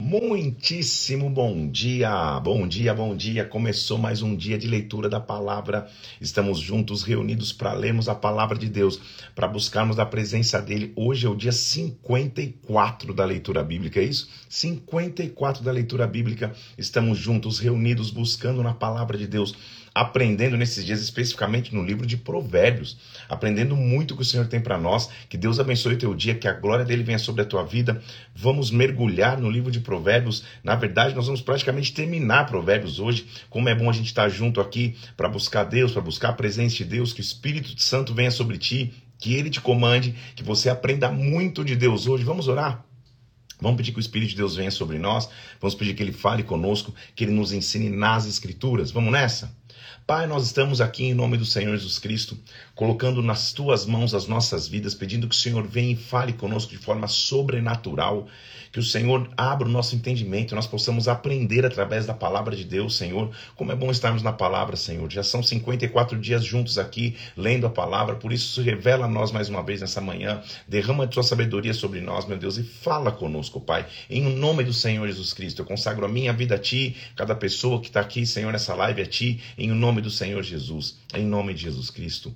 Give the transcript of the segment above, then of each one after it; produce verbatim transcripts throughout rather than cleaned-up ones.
Muitíssimo bom dia, bom dia, bom dia. Começou mais um dia de leitura da palavra. Estamos juntos, reunidos para lermos a palavra de Deus, para buscarmos a presença dele. Hoje é o dia cinquenta e quatro da leitura bíblica, é isso? cinquenta e quatro da leitura bíblica. Estamos juntos, reunidos, buscando na palavra de Deus, aprendendo nesses dias, especificamente no livro de Provérbios, aprendendo muito o que o Senhor tem para nós. Que Deus abençoe o teu dia, que a glória dele venha sobre a tua vida. Vamos mergulhar no livro de Provérbios. Na verdade, nós vamos praticamente terminar Provérbios hoje. Como é bom a gente estar junto aqui para buscar Deus, para buscar a presença de Deus, que o Espírito Santo venha sobre ti, que ele te comande, que você aprenda muito de Deus hoje. Vamos orar? Vamos pedir que o Espírito de Deus venha sobre nós. Vamos pedir que ele fale conosco, que ele nos ensine nas Escrituras. Vamos nessa? Pai, nós estamos aqui em nome do Senhor Jesus Cristo, colocando nas tuas mãos as nossas vidas, pedindo que o Senhor venha e fale conosco de forma sobrenatural, que o Senhor abra o nosso entendimento, nós possamos aprender através da palavra de Deus, Senhor. Como é bom estarmos na palavra, Senhor. Já são cinquenta e quatro dias juntos aqui, lendo a palavra, por isso se revela a nós mais uma vez nessa manhã, derrama a tua sabedoria sobre nós, meu Deus, e fala conosco, Pai, em nome do Senhor Jesus Cristo. Eu consagro a minha vida a Ti, cada pessoa que está aqui, Senhor, nessa live a Ti, em nome do Senhor Jesus, em nome de Jesus Cristo.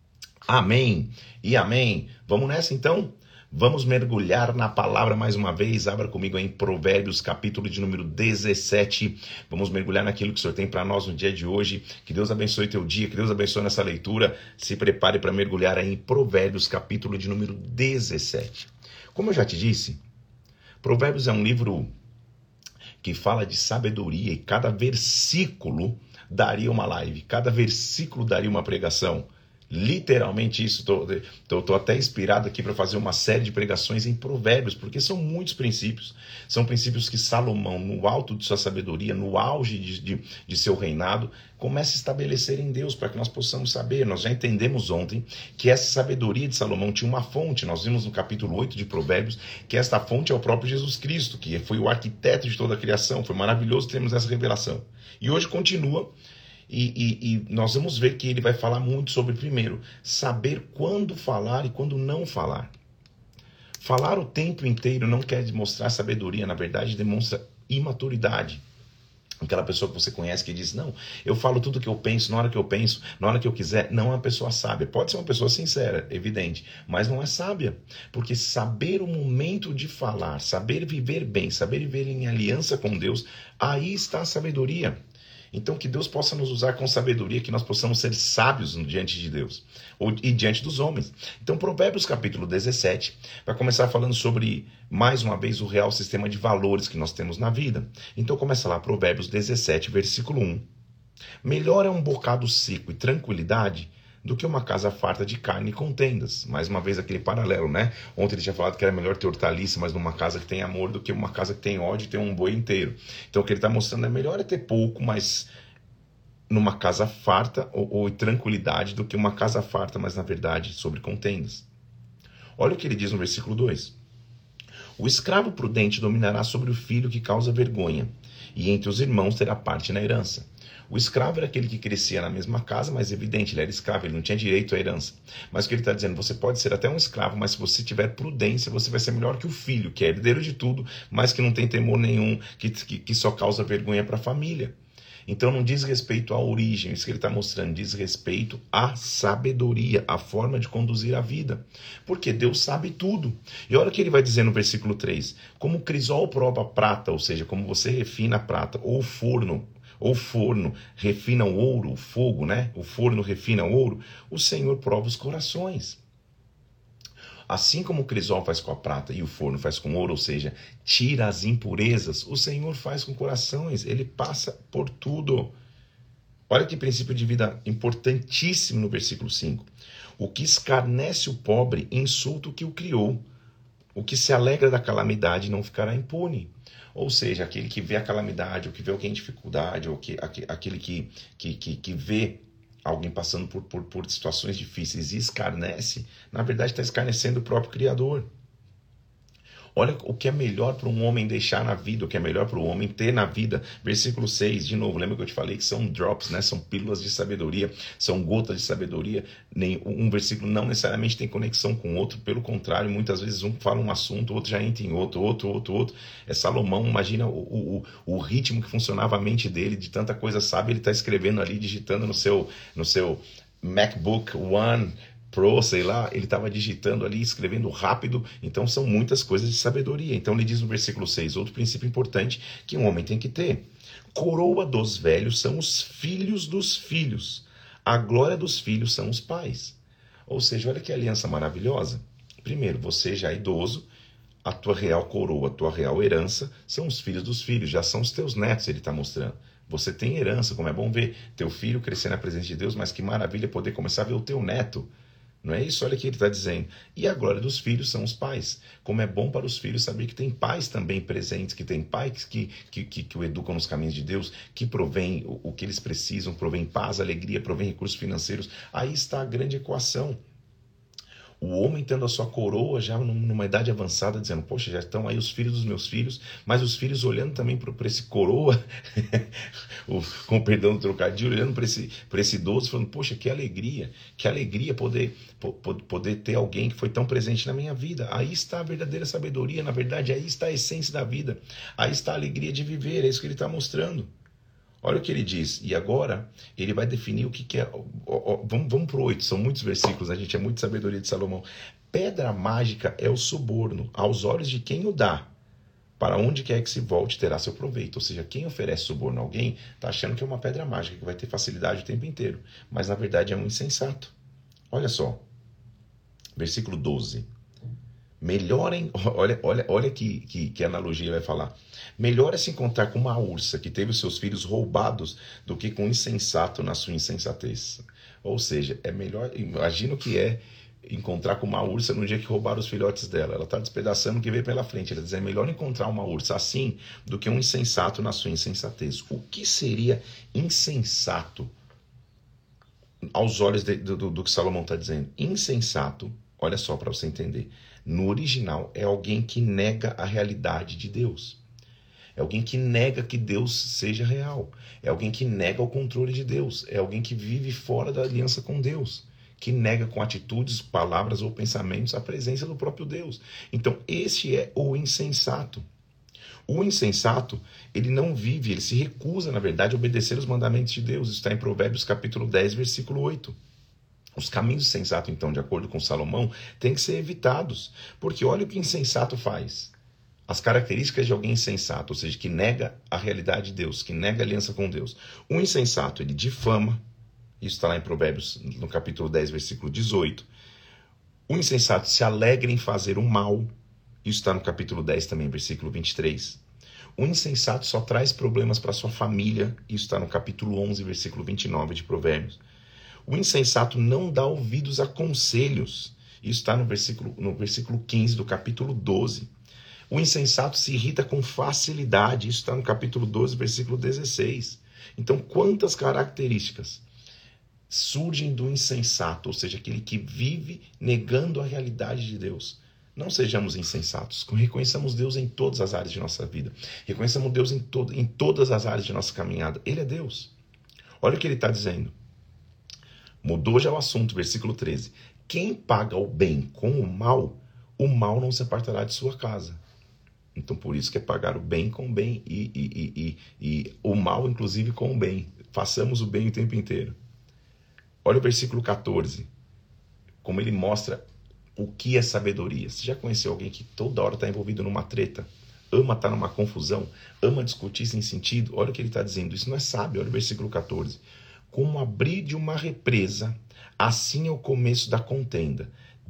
Amém e amém. Vamos nessa então? Vamos mergulhar na palavra mais uma vez. Abra comigo em Provérbios, capítulo de número dezessete. Vamos mergulhar naquilo que o Senhor tem para nós no dia de hoje. Que Deus abençoe teu dia, que Deus abençoe nessa leitura. Se prepare para mergulhar em Provérbios, capítulo de número dezessete. Como eu já te disse, Provérbios é um livro que fala de sabedoria e cada versículo daria uma live, cada versículo daria uma pregação. Literalmente isso, estou até inspirado aqui para fazer uma série de pregações em Provérbios, porque são muitos princípios, são princípios que Salomão, no alto de sua sabedoria, no auge de, de, de seu reinado, começa a estabelecer em Deus, para que nós possamos saber. Nós já entendemos ontem que essa sabedoria de Salomão tinha uma fonte. Nós vimos no capítulo oito de Provérbios que esta fonte é o próprio Jesus Cristo, que foi o arquiteto de toda a criação. Foi maravilhoso termos essa revelação. E hoje continua. E, e, e nós vamos ver que ele vai falar muito sobre, primeiro, saber quando falar e quando não falar. Falar o tempo inteiro não quer demonstrar sabedoria, na verdade demonstra imaturidade. Aquela pessoa que você conhece que diz, não, eu falo tudo o que eu penso, na hora que eu penso, na hora que eu quiser, não é uma pessoa sábia. Pode ser uma pessoa sincera, evidente, mas não é sábia. Porque saber o momento de falar, saber viver bem, saber viver em aliança com Deus, aí está a sabedoria. Então que Deus possa nos usar com sabedoria, que nós possamos ser sábios diante de Deus ou, e diante dos homens. Então Provérbios capítulo dezessete vai começar falando sobre, mais uma vez, o real sistema de valores que nós temos na vida. Então começa lá, Provérbios dezessete, versículo um. Melhor é um bocado seco e tranquilidade do que uma casa farta de carne e contendas. Mais uma vez aquele paralelo, né? Ontem ele tinha falado que era melhor ter hortaliça, mas numa casa que tem amor, do que uma casa que tem ódio e tem um boi inteiro. Então o que ele está mostrando é melhor é ter pouco, mas numa casa farta ou, ou tranquilidade, do que uma casa farta, mas na verdade sobre contendas. Olha o que ele diz no versículo dois. O escravo prudente dominará sobre o filho que causa vergonha, e entre os irmãos terá parte na herança. O escravo era aquele que crescia na mesma casa, mas evidente, ele era escravo, ele não tinha direito à herança. Mas o que ele está dizendo, você pode ser até um escravo, mas se você tiver prudência, você vai ser melhor que o filho, que é herdeiro de tudo, mas que não tem temor nenhum, que, que, que só causa vergonha para a família. Então não diz respeito à origem, isso que ele está mostrando, diz respeito à sabedoria, à forma de conduzir a vida. Porque Deus sabe tudo. E olha o que ele vai dizer no versículo três. Como o crisol prova a prata, ou seja, como você refina a prata, ou o forno, ou forno refina o ouro, o fogo, né? O forno refina o ouro, o Senhor prova os corações. Assim como o crisol faz com a prata e o forno faz com ouro, ou seja, tira as impurezas, o Senhor faz com corações, ele passa por tudo. Olha que princípio de vida importantíssimo no versículo cinco. O que escarnece o pobre insulta o que o criou. O que se alegra da calamidade não ficará impune. Ou seja, aquele que vê a calamidade, ou que vê alguém em dificuldade, ou que, aquele que, que, que, que vê alguém passando por, por, por situações difíceis e escarnece, na verdade está escarnecendo o próprio Criador. Olha o que é melhor para um homem deixar na vida, o que é melhor para o homem ter na vida. Versículo seis, de novo, lembra que eu te falei que são drops, né? São pílulas de sabedoria, são gotas de sabedoria. Nem, um versículo não necessariamente tem conexão com o outro, pelo contrário, muitas vezes um fala um assunto, o outro já entra em outro, outro, outro, outro. É Salomão, imagina o, o, o ritmo que funcionava a mente dele, de tanta coisa sábia, ele está escrevendo ali, digitando no seu, no seu MacBook One Pro, sei lá, ele estava digitando ali, escrevendo rápido, então são muitas coisas de sabedoria. Então ele diz no versículo seis, outro princípio importante que um homem tem que ter: coroa dos velhos são os filhos dos filhos, a glória dos filhos são os pais. Ou seja, olha que aliança maravilhosa. Primeiro, você já é idoso, a tua real coroa, a tua real herança são os filhos dos filhos, já são os teus netos, ele está mostrando. Você tem herança, como é bom ver teu filho crescer na presença de Deus, mas que maravilha poder começar a ver o teu neto. Não é isso? Olha o que ele está dizendo. E a glória dos filhos são os pais. Como é bom para os filhos saber que tem pais também presentes, que tem pais que, que, que, que o educam nos caminhos de Deus, que provém o, o que eles precisam, provém paz, alegria, provém recursos financeiros. Aí está a grande equação. O homem tendo a sua coroa já numa idade avançada, dizendo, poxa, já estão aí os filhos dos meus filhos, mas os filhos olhando também para esse coroa, com o perdão do trocadilho, olhando para esse, para esse idoso, falando, poxa, que alegria, que alegria poder, poder ter alguém que foi tão presente na minha vida. Aí está a verdadeira sabedoria, na verdade, aí está a essência da vida, aí está a alegria de viver, é isso que ele está mostrando. Olha o que ele diz, e agora ele vai definir o que, que é. Ó, ó, vamos vamos para o oito, são muitos versículos, a gente é muito sabedoria de Salomão. Pedra mágica é o suborno, aos olhos de quem o dá. Para onde quer que se volte, terá seu proveito. Ou seja, quem oferece suborno a alguém está achando que é uma pedra mágica, que vai ter facilidade o tempo inteiro. Mas na verdade é um insensato. Olha só, versículo doze. Melhorem, olha, olha, olha que, que, que analogia vai falar. Melhor é se encontrar com uma ursa que teve os seus filhos roubados do que com um insensato na sua insensatez. Ou seja, é melhor, imagina o que é encontrar com uma ursa no dia que roubaram os filhotes dela. Ela está despedaçando o que veio pela frente. Ela diz, é melhor encontrar uma ursa assim do que um insensato na sua insensatez. O que seria insensato aos olhos de, do, do, do que Salomão está dizendo? Insensato, olha só para você entender, no original é alguém que nega a realidade de Deus. É alguém que nega que Deus seja real. É alguém que nega o controle de Deus. É alguém que vive fora da aliança com Deus. Que nega com atitudes, palavras ou pensamentos a presença do próprio Deus. Então esse é o insensato. O insensato, ele não vive, ele se recusa, na verdade, a obedecer os mandamentos de Deus. Isso está em Provérbios capítulo dez, versículo oito. Os caminhos do insensato, então, de acordo com Salomão, têm que ser evitados. Porque olha o que o insensato faz. As características de alguém insensato, ou seja, que nega a realidade de Deus, que nega a aliança com Deus. O insensato, ele difama, isso está lá em Provérbios, no capítulo dez, versículo dezoito. O insensato se alegra em fazer o mal, isso está no capítulo dez também, versículo vinte e três. O insensato só traz problemas para sua família, isso está no capítulo onze, versículo vinte e nove de Provérbios. O insensato não dá ouvidos a conselhos, isso está no versículo, no versículo quinze do capítulo doze. O insensato se irrita com facilidade, isso está no capítulo doze, versículo dezesseis. Então, quantas características surgem do insensato, ou seja, aquele que vive negando a realidade de Deus? Não sejamos insensatos, reconheçamos Deus em todas as áreas de nossa vida, reconheçamos Deus em, to- em todas as áreas de nossa caminhada. Ele é Deus. Olha o que ele está dizendo. Mudou já o assunto, versículo treze. Quem paga o bem com o mal, o mal não se apartará de sua casa. Então, por isso que é pagar o bem com o bem e, e, e, e, e o mal, inclusive, com o bem. Façamos o bem o tempo inteiro. Olha o versículo catorze, como ele mostra o que é sabedoria. Você já conheceu alguém que toda hora está envolvido numa treta? Ama estar numa confusão? Ama discutir sem sentido? Olha o que ele está dizendo. Isso não é sábio. Olha o versículo catorze. Como abrir de uma represa, assim é o começo da contenda.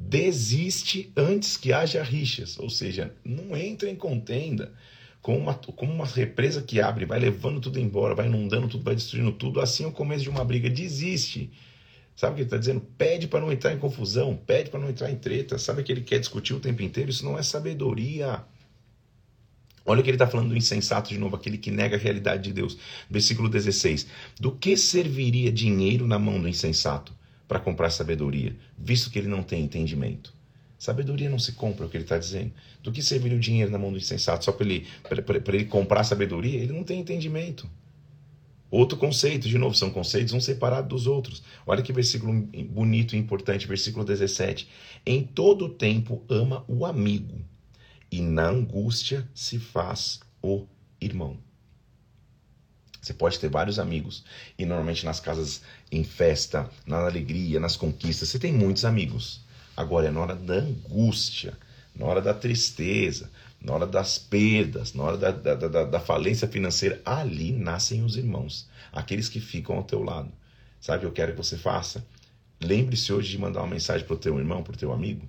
Desiste antes que haja rixas. Ou seja, não entra em contenda. Como uma, como uma represa que abre, vai levando tudo embora, vai inundando tudo, vai destruindo tudo. Assim é o começo de uma briga. Desiste. Sabe o que ele está dizendo? Pede para não entrar em confusão, pede para não entrar em treta. Sabe que ele quer discutir o tempo inteiro? Isso não é sabedoria. Olha o que ele está falando do insensato de novo, aquele que nega a realidade de Deus. Versículo dezesseis. Do que serviria dinheiro na mão do insensato para comprar sabedoria, visto que ele não tem entendimento? Sabedoria não se compra, é o que ele está dizendo. Do que servir o dinheiro na mão do insensato só para ele, ele comprar sabedoria? Ele não tem entendimento. Outro conceito, de novo, são conceitos um separado dos outros. Olha que versículo bonito e importante, versículo dezessete. Em todo tempo ama o amigo, e na angústia se faz o irmão. Você pode ter vários amigos, e normalmente nas casas, em festa, na alegria, nas conquistas, você tem muitos amigos. Agora é na hora da angústia, na hora da tristeza, na hora das perdas, na hora da, da, da, da falência financeira, ali nascem os irmãos, aqueles que ficam ao teu lado. Sabe o que eu quero que você faça? Lembre-se hoje de mandar uma mensagem para o teu irmão, para o teu amigo.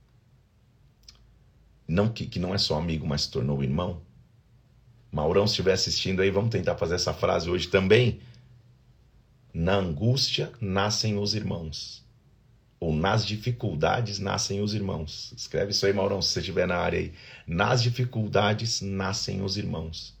Não que, que não é só amigo, mas se tornou irmão. Maurão, se estiver assistindo aí, vamos tentar fazer essa frase hoje também. Na angústia nascem os irmãos. Ou nas dificuldades nascem os irmãos. Escreve isso aí, Maurão, se você estiver na área aí. Nas dificuldades nascem os irmãos.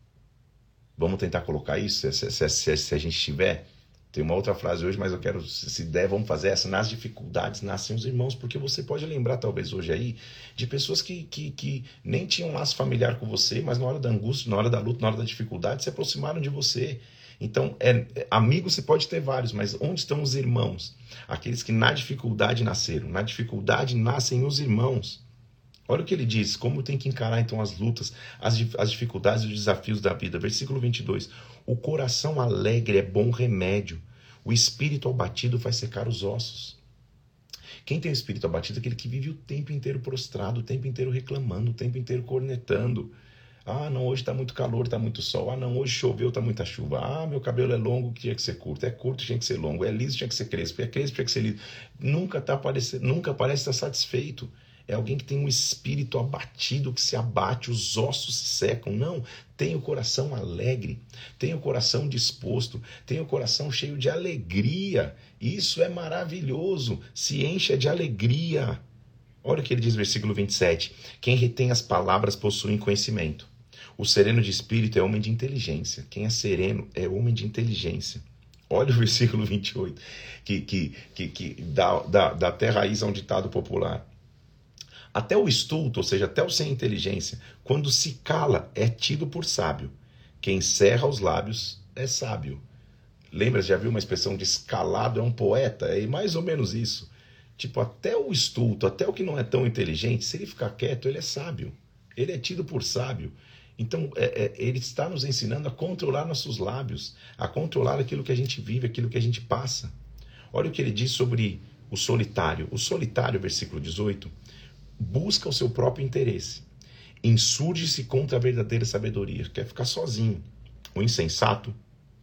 Vamos tentar colocar isso, se, se, se, se a gente tiver. Tem uma outra frase hoje, mas eu quero, se der, vamos fazer essa. Nas dificuldades nascem os irmãos, porque você pode lembrar, talvez hoje aí, de pessoas que, que, que nem tinham laço familiar com você, mas na hora da angústia, na hora da luta, na hora da dificuldade, se aproximaram de você. Então, é, é, amigos você pode ter vários, mas onde estão os irmãos? Aqueles que na dificuldade nasceram. Na dificuldade nascem os irmãos. Olha o que ele diz, como tem que encarar então as lutas, as, as dificuldades e os desafios da vida. Versículo vinte e dois. O coração alegre é bom remédio, o espírito abatido faz secar os ossos. Quem tem o espírito abatido é aquele que vive o tempo inteiro prostrado, o tempo inteiro reclamando, o tempo inteiro cornetando. Ah, não, hoje está muito calor, está muito sol. Ah, não, hoje choveu, está muita chuva. Ah, meu cabelo é longo, tinha que ser curto. É curto, tinha que ser longo. É liso, tinha que ser crespo. É crespo, tinha que ser liso. Nunca, tá aparecendo, nunca parece estar satisfeito. É alguém que tem um espírito abatido, que se abate, os ossos se secam. Não, tem o coração alegre, tem o coração disposto, tem o coração cheio de alegria. Isso é maravilhoso, se encha de alegria. Olha o que ele diz no versículo vinte e sete. Quem retém as palavras possui conhecimento. O sereno de espírito é homem de inteligência. Quem é sereno é homem de inteligência. Olha o versículo vinte e oito, que, que, que, que dá, dá, dá até raiz a um ditado popular. Até o estulto, ou seja, até o sem inteligência, quando se cala, é tido por sábio. Quem cerra os lábios é sábio. Lembra, já viu uma expressão de escalado é um poeta? É mais ou menos isso. Tipo, até o estulto, até o que não é tão inteligente, se ele ficar quieto, ele é sábio. Ele é tido por sábio. Então, é, é, ele está nos ensinando a controlar nossos lábios, a controlar aquilo que a gente vive, aquilo que a gente passa. Olha o que ele diz sobre o solitário. O solitário, versículo dezoito, busca o seu próprio interesse, insurge-se contra a verdadeira sabedoria, quer ficar sozinho. O insensato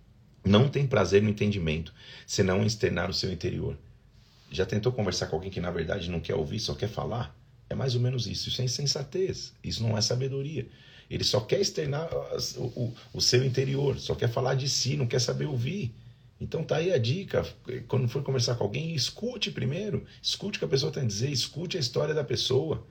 não tem prazer no entendimento, senão em externar o seu interior. Já tentou conversar com alguém que na verdade não quer ouvir, só quer falar? É mais ou menos isso. Isso é insensatez, isso não é sabedoria. Ele só quer externar o, o, o seu interior, só quer falar de si, não quer saber ouvir. Então tá aí a dica, quando for conversar com alguém, escute primeiro, escute o que a pessoa tem a dizer, escute a história da pessoa.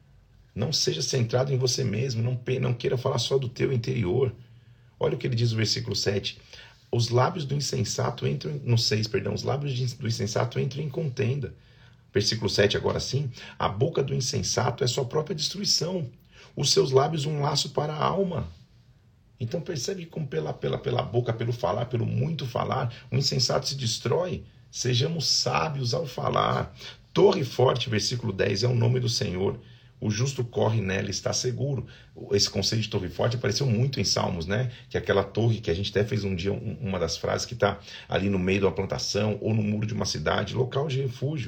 Não seja centrado em você mesmo, não, não queira falar só do teu interior. Olha o que ele diz no versículo sete. Os lábios do insensato entram, no seis, perdão, os lábios do insensato entram em contenda. Versículo sete agora sim, a boca do insensato é sua própria destruição, os seus lábios um laço para a alma. Então percebe como pela, pela, pela boca, pelo falar, pelo muito falar, o insensato se destrói. Sejamos sábios ao falar. Torre forte, versículo dez, é o nome do Senhor. O justo corre nela e está seguro. Esse conceito de torre forte apareceu muito em Salmos, né? Que é aquela torre que a gente até fez um dia, um, uma das frases que está ali no meio de uma plantação ou no muro de uma cidade, local de refúgio.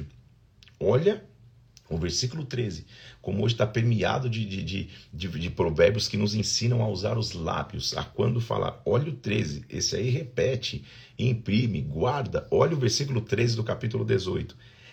Olha o versículo treze, como hoje está permeado de, de, de, de, de provérbios que nos ensinam a usar os lábios, a quando falar. Olha o treze, esse aí repete, imprime, guarda. Olha o versículo treze do capítulo dezoito.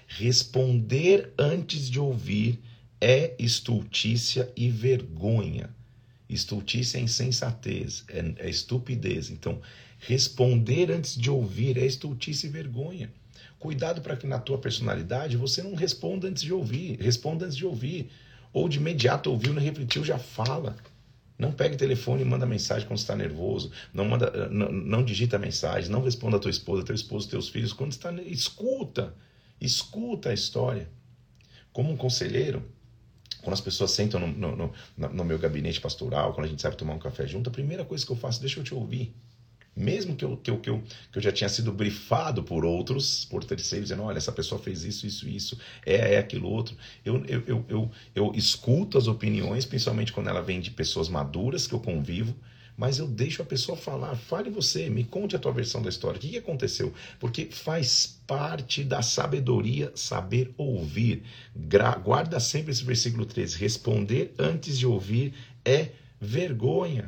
Responder antes de ouvir é estultícia e vergonha. Estultícia é insensatez, é, é estupidez. Então, responder antes de ouvir é estultícia e vergonha. Cuidado para que na tua personalidade você não responda antes de ouvir, responda antes de ouvir, ou de imediato ouviu, não refletiu, já fala. Não pegue o telefone e manda mensagem quando está nervoso, não, manda, não, não digita mensagem, não responda a tua esposa, teu esposo, teus filhos, quando está, escuta, escuta a história. Como um conselheiro, quando as pessoas sentam no, no, no, no meu gabinete pastoral, quando a gente sabe tomar um café junto, a primeira coisa que eu faço, deixa eu te ouvir. Mesmo que eu, que, eu, que, eu, que eu já tinha sido brifado por outros, por terceiros, dizendo, olha, essa pessoa fez isso, isso, isso, é, é aquilo outro. Eu, eu, eu, eu, eu escuto as opiniões, principalmente quando ela vem de pessoas maduras que eu convivo, mas eu deixo a pessoa falar. Fale você, me conte a tua versão da história. O que, que aconteceu? Porque faz parte da sabedoria saber ouvir. Gra- guarda sempre esse versículo treze. Responder antes de ouvir é vergonha.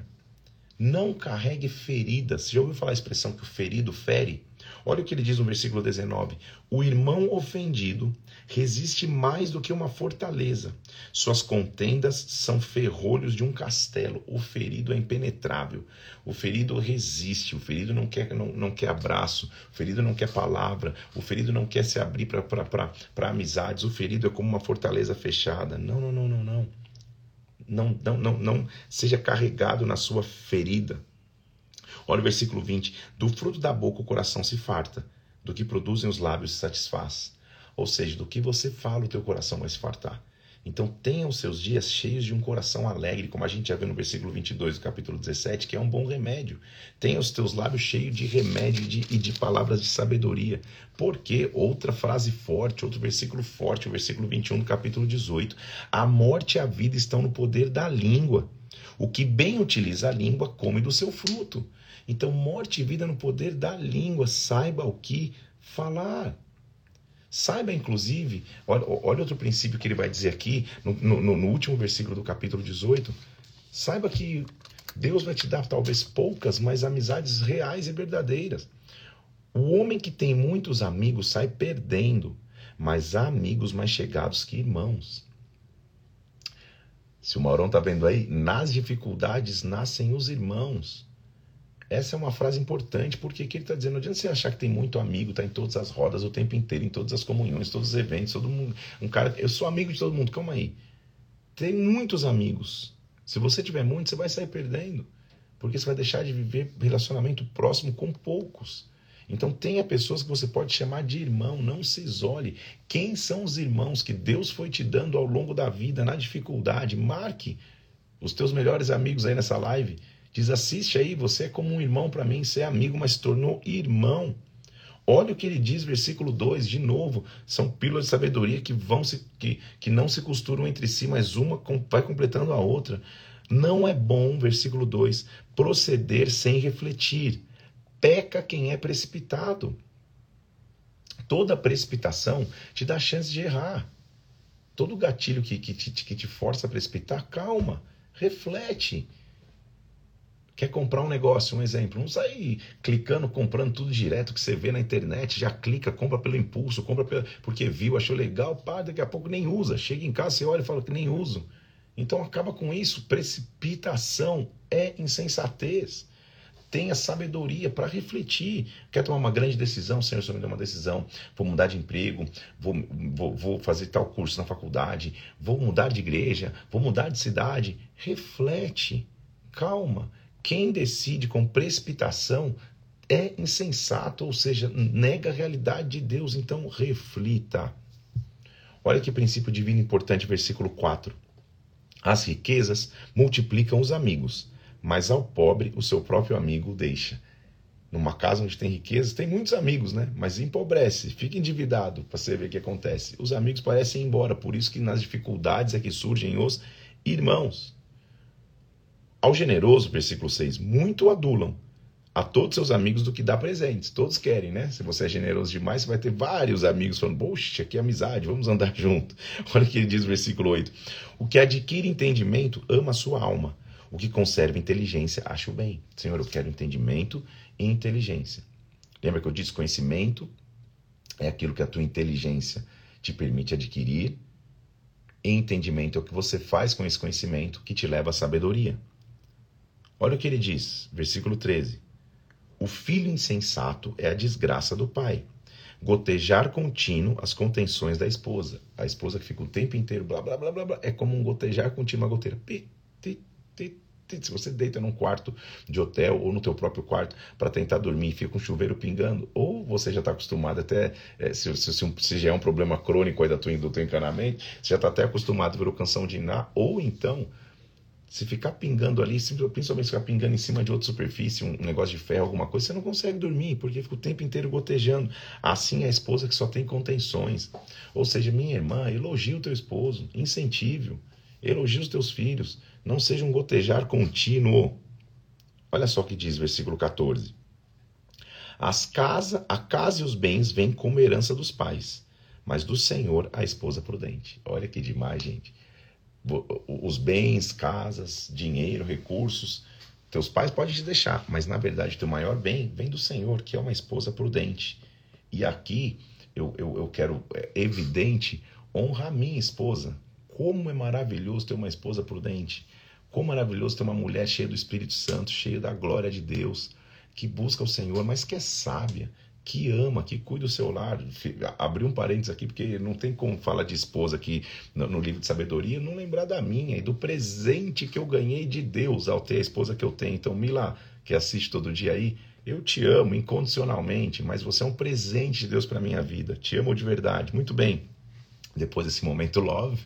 Não carregue feridas. Você já ouviu falar a expressão que o ferido fere? Olha o que ele diz no versículo dezenove. O irmão ofendido resiste mais do que uma fortaleza. Suas contendas são ferrolhos de um castelo. O ferido é impenetrável. O ferido resiste. O ferido não quer, não, não quer abraço. O ferido não quer palavra. O ferido não quer se abrir para amizades. O ferido é como uma fortaleza fechada. Não, não, não, não, não. Não, não, não, não seja carregado na sua ferida. Olha o versículo vinte. Do fruto da boca o coração se farta, do que produzem os lábios se satisfaz. Ou seja, do que você fala o teu coração vai se fartar. Então tenha os seus dias cheios de um coração alegre, como a gente já vê no versículo vinte e dois do capítulo dezessete, que é um bom remédio. Tenha os teus lábios cheios de remédio e de, e de palavras de sabedoria. Porque, outra frase forte, outro versículo forte, o versículo vinte e um do capítulo dezoito, a morte e a vida estão no poder da língua. O que bem utiliza a língua come do seu fruto. Então, morte e vida no poder da língua. Saiba o que falar. Saiba, inclusive, olha, olha outro princípio que ele vai dizer aqui, no, no, no último versículo do capítulo dezoito. Saiba que Deus vai te dar talvez poucas, mas amizades reais e verdadeiras. O homem que tem muitos amigos sai perdendo, mas há amigos mais chegados que irmãos. Se o Maurão está vendo aí, nas dificuldades nascem os irmãos. Essa é uma frase importante, porque o que ele está dizendo? Não adianta você achar que tem muito amigo, está em todas as rodas o tempo inteiro, em todas as comunhões, todos os eventos, todo mundo. Um cara, eu sou amigo de todo mundo, calma aí. Tem muitos amigos. Se você tiver muitos, você vai sair perdendo, porque você vai deixar de viver relacionamento próximo com poucos. Então tenha pessoas que você pode chamar de irmão, não se isole. Quem são os irmãos que Deus foi te dando ao longo da vida, na dificuldade? Marque os teus melhores amigos aí nessa live. Diz, assiste aí, você é como um irmão para mim, você é amigo, mas se tornou irmão. Olha o que ele diz, versículo dois, de novo, são pílulas de sabedoria que, vão se, que, que não se costuram entre si, mas uma vai completando a outra. Não é bom, versículo dois, proceder sem refletir. Peca quem é precipitado. Toda precipitação te dá chance de errar. Todo gatilho que, que, te, que te força a precipitar, calma, reflete. Quer comprar um negócio, um exemplo, não sai clicando, comprando tudo direto que você vê na internet, já clica, compra pelo impulso, compra pela, porque viu, achou legal, pá, daqui a pouco nem usa. Chega em casa, você olha e fala que nem uso. Então acaba com isso. Precipitação é insensatez. Tenha sabedoria para refletir. Quer tomar uma grande decisão? Senhor, Senhor me deu uma decisão. Vou mudar de emprego, vou, vou, vou fazer tal curso na faculdade, vou mudar de igreja, vou mudar de cidade. Reflete, calma. Quem decide com precipitação é insensato, ou seja, nega a realidade de Deus. Então, reflita. Olha que princípio divino importante, versículo quatro. As riquezas multiplicam os amigos, mas ao pobre o seu próprio amigo deixa. Numa casa onde tem riqueza, tem muitos amigos, né? Mas empobrece, fica endividado para você ver o que acontece. Os amigos parecem ir embora, por isso que nas dificuldades é que surgem os irmãos. Ao generoso, versículo seis, muito adulam a todos seus amigos do que dá presentes. Todos querem, né? Se você é generoso demais, você vai ter vários amigos falando, poxa, que amizade, vamos andar junto. Olha o que ele diz no versículo oito. O que adquire entendimento ama a sua alma. O que conserva inteligência acha o bem. Senhor, eu quero entendimento e inteligência. Lembra que eu disse conhecimento é aquilo que a tua inteligência te permite adquirir. E entendimento é o que você faz com esse conhecimento que te leva à sabedoria. Olha o que ele diz, versículo treze. O filho insensato é a desgraça do pai. Gotejar contínuo as contenções da esposa. A esposa que fica o tempo inteiro blá, blá, blá, blá, blá, é como um gotejar contínuo, uma goteira. Pi, ti, ti, Se você deita num quarto de hotel ou no teu próprio quarto para tentar dormir e fica com o chuveiro pingando, ou você já está acostumado até, é, se, se, se, se já é um problema crônico aí da tua, do teu encanamento, você já está até acostumado, virou canção de iná, ou então, se ficar pingando ali, principalmente se ficar pingando em cima de outra superfície, um negócio de ferro, alguma coisa, você não consegue dormir, porque fica o tempo inteiro gotejando. Assim é a esposa que só tem contenções. Ou seja, minha irmã, elogie o teu esposo, incentive-o, elogie os teus filhos, não seja um gotejar contínuo. Olha só o que diz versículo catorze. As casa, a casa e os bens vêm como herança dos pais, mas do Senhor a esposa prudente. Olha que demais, gente. Os bens, casas, dinheiro, recursos, teus pais podem te deixar, mas na verdade teu maior bem vem do Senhor, que é uma esposa prudente. E aqui eu, eu, eu quero, é evidente, honrar minha esposa. Como é maravilhoso ter uma esposa prudente. Como é maravilhoso ter uma mulher cheia do Espírito Santo, cheia da glória de Deus, que busca o Senhor, mas que é sábia, que ama, que cuida do seu lar. Abri um parênteses aqui, porque não tem como falar de esposa aqui no, no livro de sabedoria, não lembrar da minha e do presente que eu ganhei de Deus ao ter a esposa que eu tenho. Então, Mila, que assiste todo dia aí, eu te amo incondicionalmente, mas você é um presente de Deus para minha vida. Te amo de verdade. Muito bem. Depois desse momento love,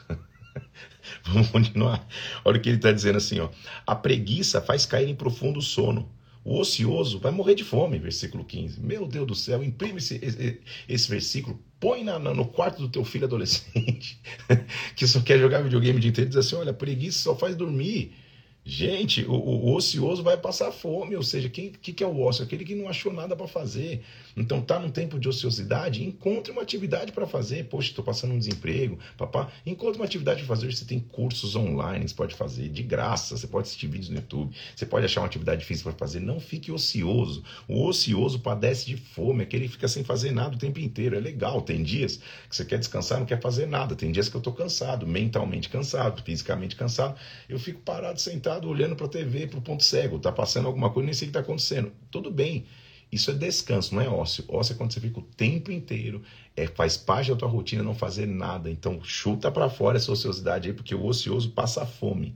vamos continuar. Olha o que ele está dizendo assim, ó. A preguiça faz cair em profundo sono. O ocioso vai morrer de fome, versículo quinze. Meu Deus do céu, imprime esse, esse, esse versículo, põe na, na, no quarto do teu filho adolescente, que só quer jogar videogame o dia inteiro, e diz assim, olha, preguiça só faz dormir. Gente, o, o ocioso vai passar fome, ou seja, o que, que, que é o ócio? Aquele que não achou nada para fazer. Então, tá num tempo de ociosidade, encontre uma atividade para fazer. Poxa, estou passando um desemprego, papá. Encontre uma atividade para fazer. Você tem cursos online, você pode fazer de graça, você pode assistir vídeos no YouTube, você pode achar uma atividade física para fazer. Não fique ocioso. O ocioso padece de fome, aquele que fica sem fazer nada o tempo inteiro. É legal, tem dias que você quer descansar, não quer fazer nada. Tem dias que eu estou cansado, mentalmente cansado, fisicamente cansado. Eu fico parado, sentado, olhando para a T V, para o ponto cego, tá passando alguma coisa, nem sei o que está acontecendo. Tudo bem, isso é descanso, não é ócio. Ócio é quando você fica o tempo inteiro, é, faz parte da tua rotina não fazer nada. Então chuta para fora essa ociosidade aí, porque o ocioso passa fome.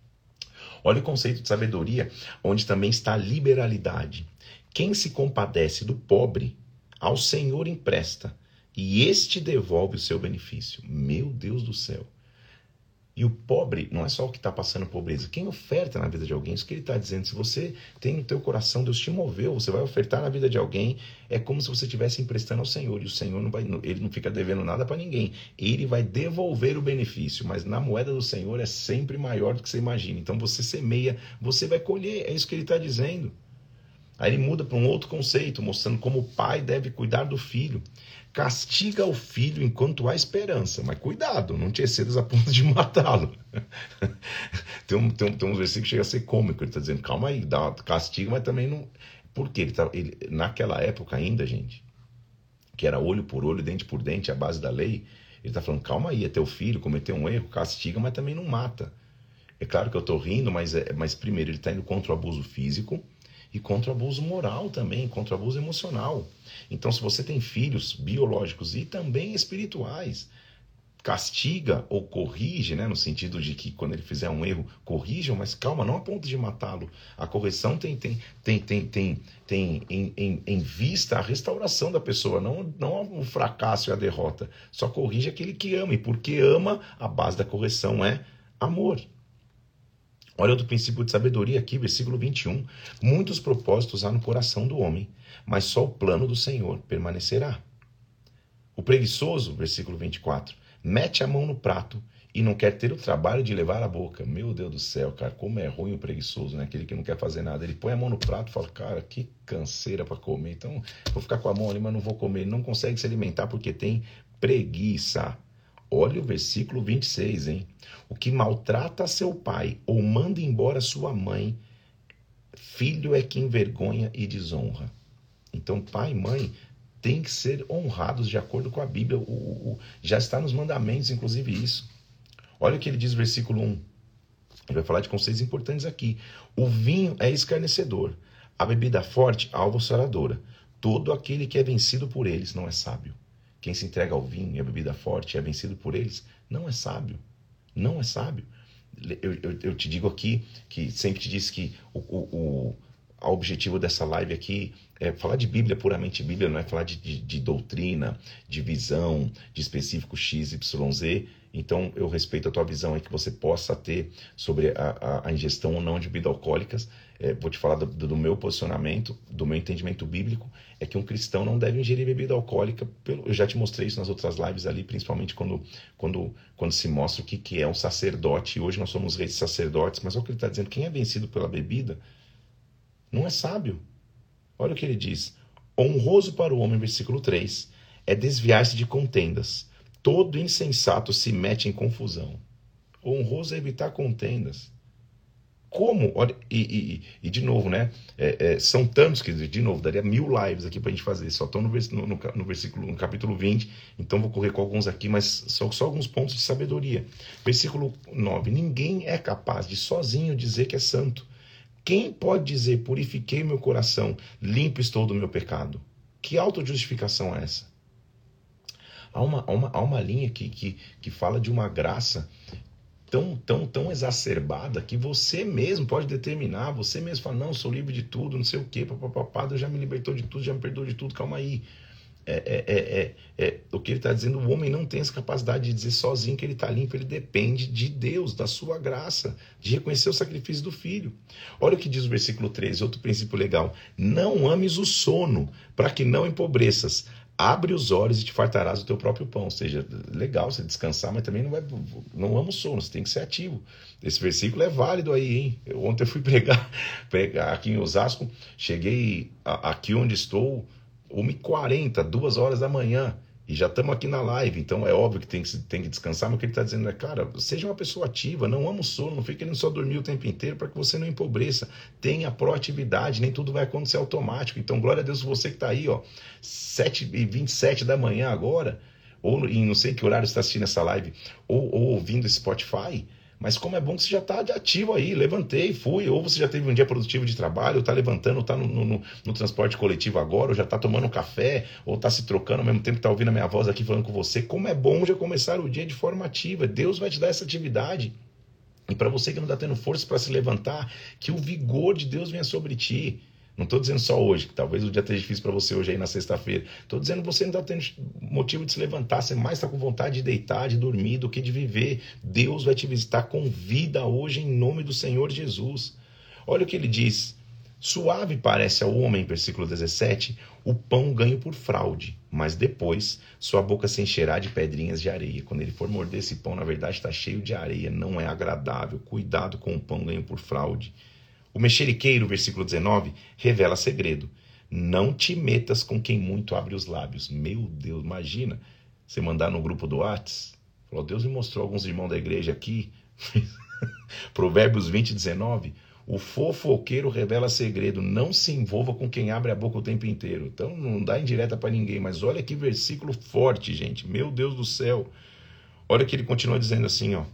Olha o conceito de sabedoria, onde também está a liberalidade. Quem se compadece do pobre, ao Senhor empresta, e este devolve o seu benefício. Meu Deus do céu. E o pobre não é só o que está passando pobreza. Quem oferta na vida de alguém, isso que ele está dizendo, se você tem no teu coração, Deus te moveu, você vai ofertar na vida de alguém, é como se você estivesse emprestando ao Senhor. E o Senhor não vai, ele não fica devendo nada para ninguém. Ele vai devolver o benefício, mas na moeda do Senhor é sempre maior do que você imagina. Então você semeia, você vai colher, é isso que ele está dizendo. Aí ele muda para um outro conceito, mostrando como o pai deve cuidar do filho. Castiga o filho enquanto há esperança, mas cuidado, não te excedas a ponto de matá-lo. tem, um, tem, um, tem uns versículos que chega a ser cômico, ele está dizendo, calma aí, dá castigo, mas também não... Por quê? Ele tá, ele, naquela época ainda, gente, que era olho por olho, dente por dente, a base da lei, ele está falando, calma aí, é teu filho, cometeu um erro, castiga, mas também não mata. É claro que eu estou rindo, mas, é, mas primeiro ele está indo contra o abuso físico, e contra o abuso moral também, contra o abuso emocional. Então, se você tem filhos biológicos e também espirituais, castiga ou corrige, né, no sentido de que quando ele fizer um erro, corrijam, mas calma, não a ponto de matá-lo. A correção tem, tem, tem, tem, tem, tem em, em, em vista a restauração da pessoa, não, não o fracasso e a derrota. Só corrige aquele que ama, e porque ama, a base da correção é amor. Olha outro princípio de sabedoria aqui, versículo vinte e um. Muitos propósitos há no coração do homem, mas só o plano do Senhor permanecerá. O preguiçoso, versículo vinte e quatro, mete a mão no prato e não quer ter o trabalho de levar à boca. Meu Deus do céu, cara, como é ruim o preguiçoso, né? Aquele que não quer fazer nada. Ele põe a mão no prato e fala, cara, que canseira para comer. Então, vou ficar com a mão ali, mas não vou comer. Ele não consegue se alimentar porque tem preguiça. Olha o versículo vinte e seis, hein? O que maltrata seu pai ou manda embora sua mãe, filho é que envergonha e desonra. Então, pai e mãe têm que ser honrados de acordo com a Bíblia. O, o, o, já está nos mandamentos, inclusive, isso. Olha o que ele diz no versículo um. Ele vai falar de conceitos importantes aqui. O vinho é escarnecedor, a bebida forte, alvoroçadora. Todo aquele que é vencido por eles não é sábio. Quem se entrega ao vinho e à bebida forte e é vencido por eles, não é sábio. Não é sábio. Eu, eu, eu te digo aqui, que sempre te disse que o, o, o o objetivo dessa live aqui é falar de Bíblia, puramente Bíblia, não é falar de, de, de doutrina, de visão, de específico X, Y, Z. Então eu respeito a tua visão aí que você possa ter sobre a, a, a ingestão ou não de bebidas alcoólicas. É, vou te falar do, do meu posicionamento, do meu entendimento bíblico, é que um cristão não deve ingerir bebida alcoólica. Pelo, eu já te mostrei isso nas outras lives ali, principalmente quando, quando, quando se mostra o que, que é um sacerdote. E hoje nós somos reis sacerdotes, mas olha o que ele está dizendo, quem é vencido pela bebida não é sábio. Olha o que ele diz. Honroso para o homem, versículo três, é desviar-se de contendas. Todo insensato se mete em confusão. Honroso é evitar contendas. Como? Olha, e, e, e de novo, né? É, é, são tantos que, de novo, daria mil lives aqui para a gente fazer. Só estão no, no, no versículo, no capítulo vinte. Então vou correr com alguns aqui, mas só, só alguns pontos de sabedoria. Versículo nove. Ninguém é capaz de sozinho dizer que é santo. Quem pode dizer, purifiquei meu coração, limpo estou do meu pecado? Que autojustificação é essa? Há uma, há uma, há uma linha que, que, que fala de uma graça tão, tão, tão exacerbada que você mesmo pode determinar, você mesmo fala, não, sou livre de tudo, não sei o quê, papapá, Deus já me libertou de tudo, já me perdoou de tudo, calma aí. É, é, é, é, é, o que ele está dizendo, o homem não tem essa capacidade de dizer sozinho que ele está limpo, ele depende de Deus, da sua graça, de reconhecer o sacrifício do Filho. Olha o que diz o versículo treze, outro princípio legal. Não ames o sono, para que não empobreças. Abre os olhos e te fartarás o teu próprio pão. Ou seja, legal você descansar, mas também não, vai, não ama o sono, você tem que ser ativo. Esse versículo é válido aí, hein? Eu, ontem eu fui pregar, pregar aqui em Osasco, cheguei a, aqui onde estou, uma e quarenta, duas horas da manhã, e já estamos aqui na live, então é óbvio que tem que, tem que descansar, mas o que ele está dizendo é, cara, seja uma pessoa ativa, não ama o sono, não fique querendo só dormir o tempo inteiro para que você não empobreça, tenha proatividade, nem tudo vai acontecer automático. Então, glória a Deus, você que está aí, ó, sete e vinte e sete da manhã agora, ou em não sei que horário você está assistindo essa live, ou, ou ouvindo Spotify, mas como é bom que você já está ativo aí, levantei, fui, ou você já teve um dia produtivo de trabalho, ou está levantando, ou está no, no, no transporte coletivo agora, ou já está tomando um café, ou está se trocando ao mesmo tempo que está ouvindo a minha voz aqui falando com você. Como é bom já começar o dia de forma ativa. Deus vai te dar essa atividade. E para você que não está tendo força para se levantar, que o vigor de Deus venha sobre ti. Não estou dizendo só hoje, que talvez o dia esteja difícil para você hoje aí na sexta-feira. Estou dizendo que você não está tendo motivo de se levantar, você mais está com vontade de deitar, de dormir, do que de viver. Deus vai te visitar com vida hoje em nome do Senhor Jesus. Olha o que ele diz. Suave parece ao homem, versículo dezessete, o pão ganho por fraude, mas depois sua boca se encherá de pedrinhas de areia. Quando ele for morder esse pão, na verdade está cheio de areia, não é agradável. Cuidado com o pão ganho por fraude. O mexeriqueiro, versículo dezenove, revela segredo. Não te metas com quem muito abre os lábios. Meu Deus, imagina você mandar no grupo do WhatsApp. Falou, Deus me mostrou alguns irmãos da igreja aqui. Provérbios vinte, dezenove. O fofoqueiro revela segredo. Não se envolva com quem abre a boca o tempo inteiro. Então não dá indireta para ninguém. Mas olha que versículo forte, gente. Meu Deus do céu. Olha que ele continua dizendo assim, ó.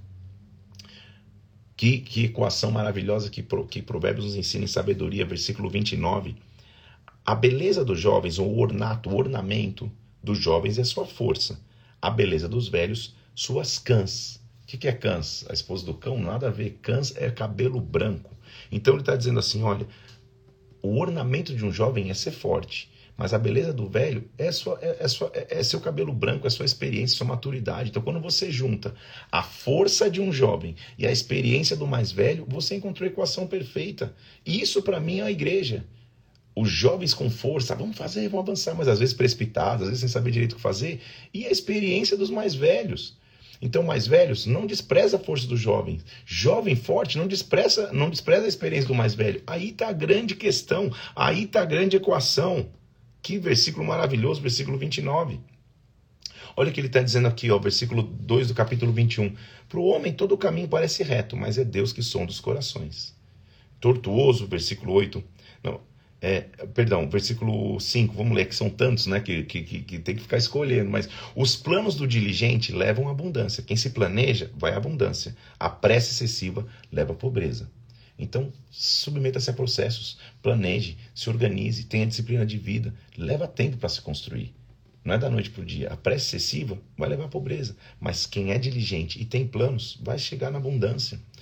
Que, que equação maravilhosa que, que Provérbios nos ensina em sabedoria, versículo vinte e nove. A beleza dos jovens, ou o ornato, o ornamento dos jovens é sua força. A beleza dos velhos, suas cãs. O que, que é cãs? A esposa do cão? Nada a ver. Cãs é cabelo branco. Então ele está dizendo assim, olha, o ornamento de um jovem é ser forte. Mas a beleza do velho é, sua, é, é, sua, é, é seu cabelo branco, é sua experiência, sua maturidade. Então, quando você junta a força de um jovem e a experiência do mais velho, você encontrou a equação perfeita. E isso, para mim, é a igreja. Os jovens com força, vamos fazer, vamos avançar, mas às vezes precipitados, às vezes sem saber direito o que fazer. E a experiência dos mais velhos. Então, mais velhos, não despreza a força dos jovens. Jovem forte, não despreza, não despreza a experiência do mais velho. Aí está a grande questão, aí está a grande equação. Que versículo maravilhoso, versículo vinte e nove. Olha o que ele está dizendo aqui, ó, versículo dois do capítulo vinte e um. Para o homem todo o caminho parece reto, mas é Deus que sonda os corações. Tortuoso, versículo oito. Não, é, perdão, versículo cinco, vamos ler, que são tantos, né, que, que, que, que tem que ficar escolhendo. Mas os planos do diligente levam à abundância. Quem se planeja, vai à abundância. A pressa excessiva leva à pobreza. Então, submeta-se a processos, planeje, se organize, tenha disciplina de vida, leva tempo para se construir. Não é da noite para o dia. A pressa excessiva vai levar à pobreza, mas quem é diligente e tem planos vai chegar na abundância.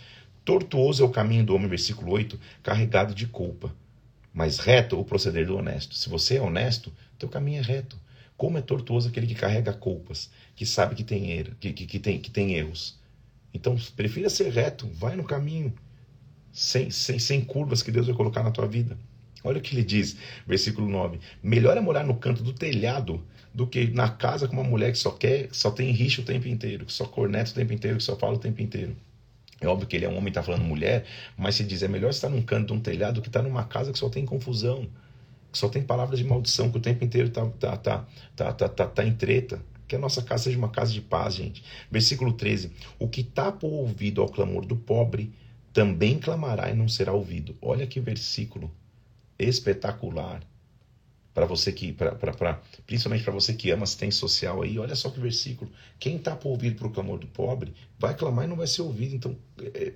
Tortuoso é o caminho do homem, versículo oito, carregado de culpa. Mas reto o proceder do honesto. Se você é honesto, teu caminho é reto. Como é tortuoso aquele que carrega culpas, que sabe que tem, erro, que, que, que, tem, que tem erros. Então, prefira ser reto, vai no caminho, sem, sem, sem curvas que Deus vai colocar na tua vida. Olha o que ele diz, versículo nove. Melhor é morar no canto do telhado do que na casa com uma mulher que só quer, só tem rixa o tempo inteiro, que só corneta o tempo inteiro, que só fala o tempo inteiro. É óbvio que ele é um homem, está falando mulher, mas se diz, é melhor estar num canto de um telhado do que estar numa casa que só tem confusão, que só tem palavras de maldição, que o tempo inteiro está tá, tá, tá, tá, tá, tá em treta. Que a nossa casa seja uma casa de paz, gente. Versículo treze. O que tapa o ouvido ao clamor do pobre, também clamará e não será ouvido. Olha que versículo espetacular. Para você que, pra, pra, pra, principalmente para você que ama assistência social aí, olha só que versículo. Quem tapa o ouvido para o clamor do pobre, vai clamar e não vai ser ouvido. Então, é,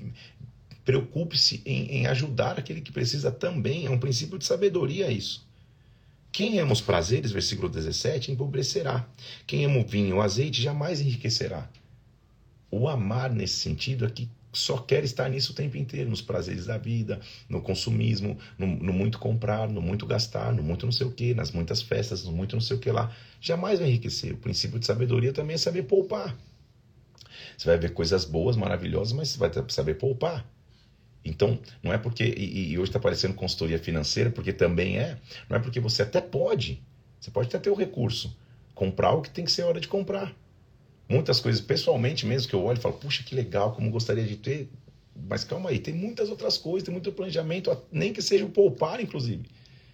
preocupe-se em, em ajudar aquele que precisa também. É um princípio de sabedoria isso. Quem ama os prazeres, versículo dezessete, empobrecerá. Quem ama o vinho e o azeite jamais enriquecerá. O amar nesse sentido é que só quer estar nisso o tempo inteiro, nos prazeres da vida, no consumismo, no, no muito comprar, no muito gastar, no muito não sei o que, nas muitas festas, no muito não sei o que lá. Jamais vai enriquecer. O princípio de sabedoria também é saber poupar. Você vai ver coisas boas, maravilhosas, mas você vai saber poupar. Então, não é porque, e, e hoje está aparecendo consultoria financeira, porque também é, não é porque você até pode, você pode até ter o recurso, comprar o que tem que ser hora de comprar. Muitas coisas, pessoalmente mesmo, que eu olho e falo, puxa, que legal, como gostaria de ter, mas calma aí, tem muitas outras coisas, tem muito planejamento, nem que seja o poupar, inclusive.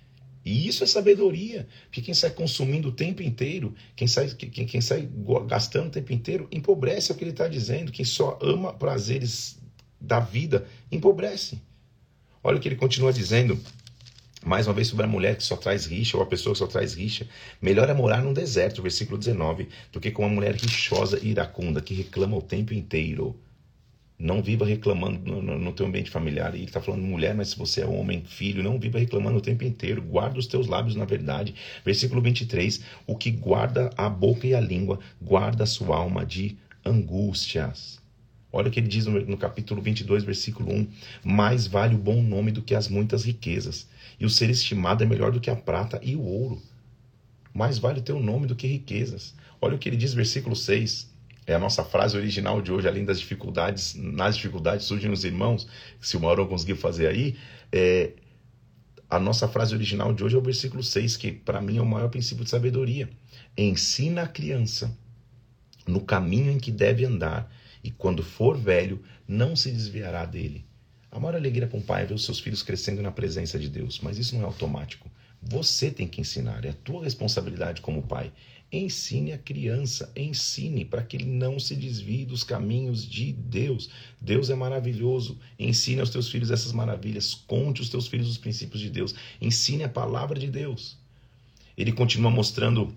E isso é sabedoria, porque quem sai consumindo o tempo inteiro, quem sai, quem, quem sai gastando o tempo inteiro, empobrece, é o que ele está dizendo, quem só ama prazeres da vida, empobrece. Olha o que ele continua dizendo, mais uma vez sobre a mulher que só traz rixa, ou a pessoa que só traz rixa. Melhor é morar num deserto, versículo dezenove, do que com uma mulher rixosa e iracunda, que reclama o tempo inteiro. Não viva reclamando no, no, no teu ambiente familiar. E ele está falando mulher, mas se você é homem, filho, não viva reclamando o tempo inteiro. Guarda os teus lábios na verdade. Versículo vinte e três, o que guarda a boca e a língua, guarda a sua alma de angústias. Olha o que ele diz no, no capítulo vinte e dois, versículo um. Mais vale o bom nome do que as muitas riquezas, e o ser estimado é melhor do que a prata e o ouro. Mais vale o teu nome do que riquezas. Olha o que ele diz, versículo seis. É a nossa frase original de hoje, além das dificuldades. Nas dificuldades surgem os irmãos. Se o Mauro conseguiu fazer aí. É, a nossa frase original de hoje é o versículo seis, que para mim é o maior princípio de sabedoria. Ensina a criança no caminho em que deve andar, e quando for velho, não se desviará dele. A maior alegria para um pai é ver os seus filhos crescendo na presença de Deus, mas isso não é automático. Você tem que ensinar, é a tua responsabilidade como pai. Ensine a criança, ensine para que ele não se desvie dos caminhos de Deus. Deus é maravilhoso, ensine aos teus filhos essas maravilhas, conte aos teus filhos os princípios de Deus, ensine a palavra de Deus. Ele continua mostrando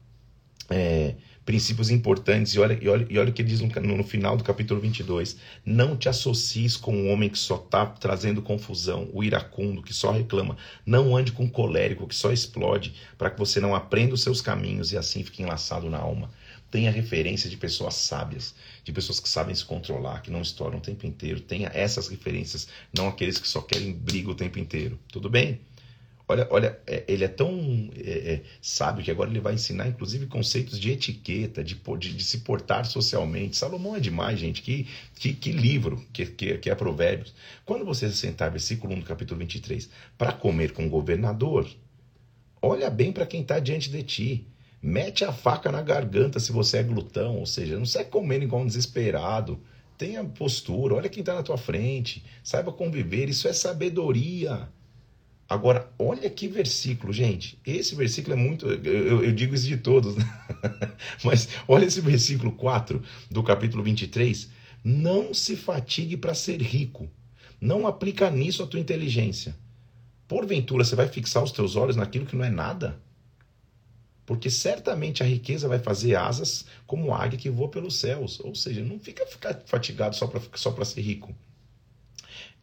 é, princípios importantes, e olha, e, olha, e olha o que ele diz no, no final do capítulo vinte e dois. Não te associes com um homem que só está trazendo confusão, o iracundo, que só reclama. Não ande com um colérico, que só explode, para que você não aprenda os seus caminhos e assim fique enlaçado na alma. Tenha referência de pessoas sábias, de pessoas que sabem se controlar, que não estouram o tempo inteiro. Tenha essas referências, não aqueles que só querem briga o tempo inteiro. Tudo bem? Olha, olha, ele é tão é, é, sábio que agora ele vai ensinar, inclusive, conceitos de etiqueta, de, de, de se portar socialmente. Salomão é demais, gente. Que, que, que livro que, que, que é Provérbios. Quando você se sentar, versículo um do capítulo vinte e três, para comer com o governador, olha bem para quem está diante de ti. Mete a faca na garganta se você é glutão, ou seja, não sai comendo igual um desesperado. Tenha postura, olha quem está na tua frente. Saiba conviver, isso é sabedoria. Agora, olha que versículo, gente. Esse versículo é muito... Eu, eu digo isso de todos, né? Mas olha esse versículo quatro do capítulo vinte e três. Não se fatigue para ser rico. Não aplica nisso a tua inteligência. Porventura, você vai fixar os teus olhos naquilo que não é nada? Porque certamente a riqueza vai fazer asas como águia que voa pelos céus. Ou seja, não fica, fica fatigado só para só para ser rico.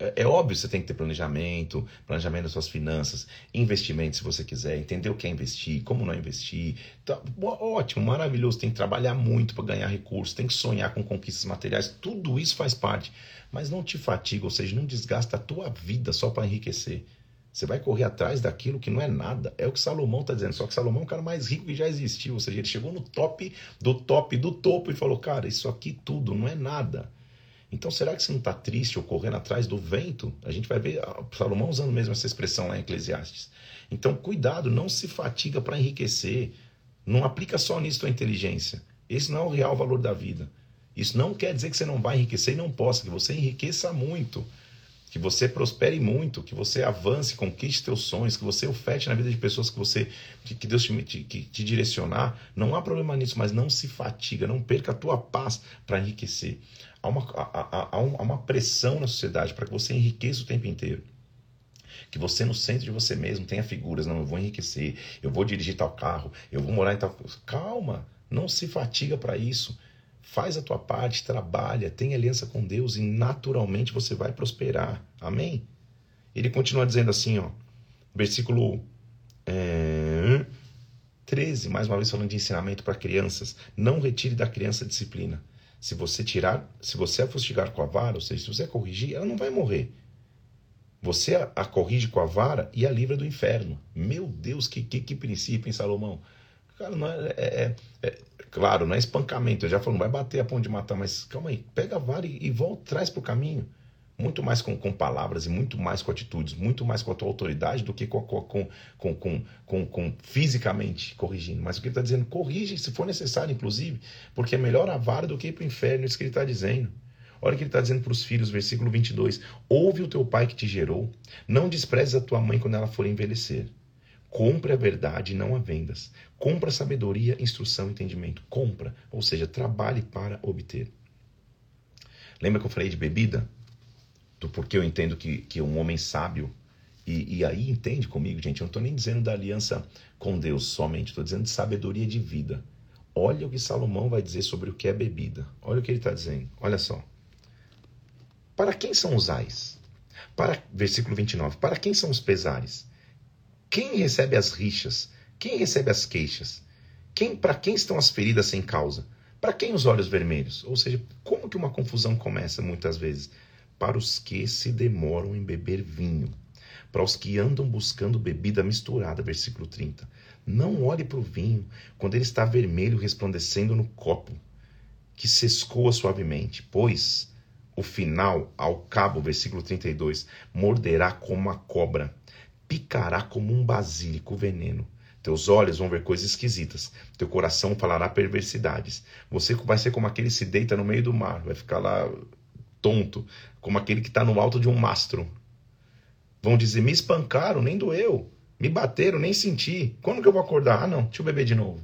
É, é óbvio que você tem que ter planejamento, planejamento das suas finanças, investimento se você quiser, entender o que é investir, como não investir. Tá, ótimo, maravilhoso, tem que trabalhar muito para ganhar recursos, tem que sonhar com conquistas materiais, tudo isso faz parte. Mas não te fatiga, ou seja, não desgasta a tua vida só para enriquecer. Você vai correr atrás daquilo que não é nada. É o que Salomão está dizendo. Só que Salomão é o cara mais rico que já existiu. Ou seja, ele chegou no top do top do topo e falou, cara, isso aqui tudo não é nada. Então será que você não está triste ou correndo atrás do vento? A gente vai ver Salomão usando mesmo essa expressão lá em Eclesiastes. Então cuidado, não se fatiga para enriquecer. Não aplica só nisso a tua inteligência. Esse não é o real valor da vida. Isso não quer dizer que você não vai enriquecer e não possa, que você enriqueça muito. Que você prospere muito, que você avance, conquiste teus sonhos, que você oferte na vida de pessoas que você, que, que Deus te, te, te direcionar. Não há problema nisso, mas não se fatiga, não perca a tua paz para enriquecer. Há uma, há, há, há uma pressão na sociedade para que você enriqueça o tempo inteiro. Que você no centro de você mesmo tenha figuras, não, eu vou enriquecer, eu vou dirigir tal carro, eu vou morar em tal... Calma, não se fatiga para isso. Faz a tua parte, trabalha, tem aliança com Deus e naturalmente você vai prosperar. Amém? Ele continua dizendo assim, ó, versículo é, treze, mais uma vez falando de ensinamento para crianças. Não retire da criança a disciplina. Se você tirar, se você a fustigar com a vara, ou seja, se você a corrigir, ela não vai morrer. Você a, a corrige com a vara e a livra do inferno. Meu Deus, que, que, que princípio, hein, Salomão? Cara, não é, é, é, claro, não é espancamento. Eu já falo, não vai bater a ponto de matar, mas calma aí, pega a vara e, e volta, traz para o caminho. Muito mais com, com palavras e muito mais com atitudes, muito mais com a tua autoridade do que com, com, com, com, com, com fisicamente corrigindo. Mas o que ele está dizendo, corrige se for necessário, inclusive, porque é melhor a vara do que ir para o inferno, isso que ele está dizendo. Olha o que ele está dizendo para os filhos, versículo vinte e dois. Ouve o teu pai que te gerou, não desprezes a tua mãe quando ela for envelhecer. Compre a verdade e não a vendas. Compra sabedoria, instrução e entendimento. Compra, ou seja, trabalhe para obter. Lembra que eu falei de bebida? Do porquê eu entendo que, que um homem sábio, e, e aí entende comigo, gente, eu não estou nem dizendo da aliança com Deus somente, estou dizendo de sabedoria de vida. Olha o que Salomão vai dizer sobre o que é bebida. Olha o que ele está dizendo. Olha só. Para quem são os ais? Para, versículo vinte e nove. Para quem são os pesares? Quem recebe as rixas? Quem recebe as queixas? Quem, para quem estão as feridas sem causa? Para quem os olhos vermelhos? Ou seja, como que uma confusão começa muitas vezes? Para os que se demoram em beber vinho. Para os que andam buscando bebida misturada, versículo trinta. Não olhe para o vinho quando ele está vermelho resplandecendo no copo, que se escoa suavemente, pois o final, ao cabo, versículo trinta e dois, morderá como a cobra, picará como um basílico veneno. Teus olhos vão ver coisas esquisitas. Teu coração falará perversidades. Você vai ser como aquele que se deita no meio do mar. Vai ficar lá tonto. Como aquele que está no alto de um mastro. Vão dizer, me espancaram, nem doeu. Me bateram, nem senti. Quando que eu vou acordar? Ah, não, deixa eu beber de novo.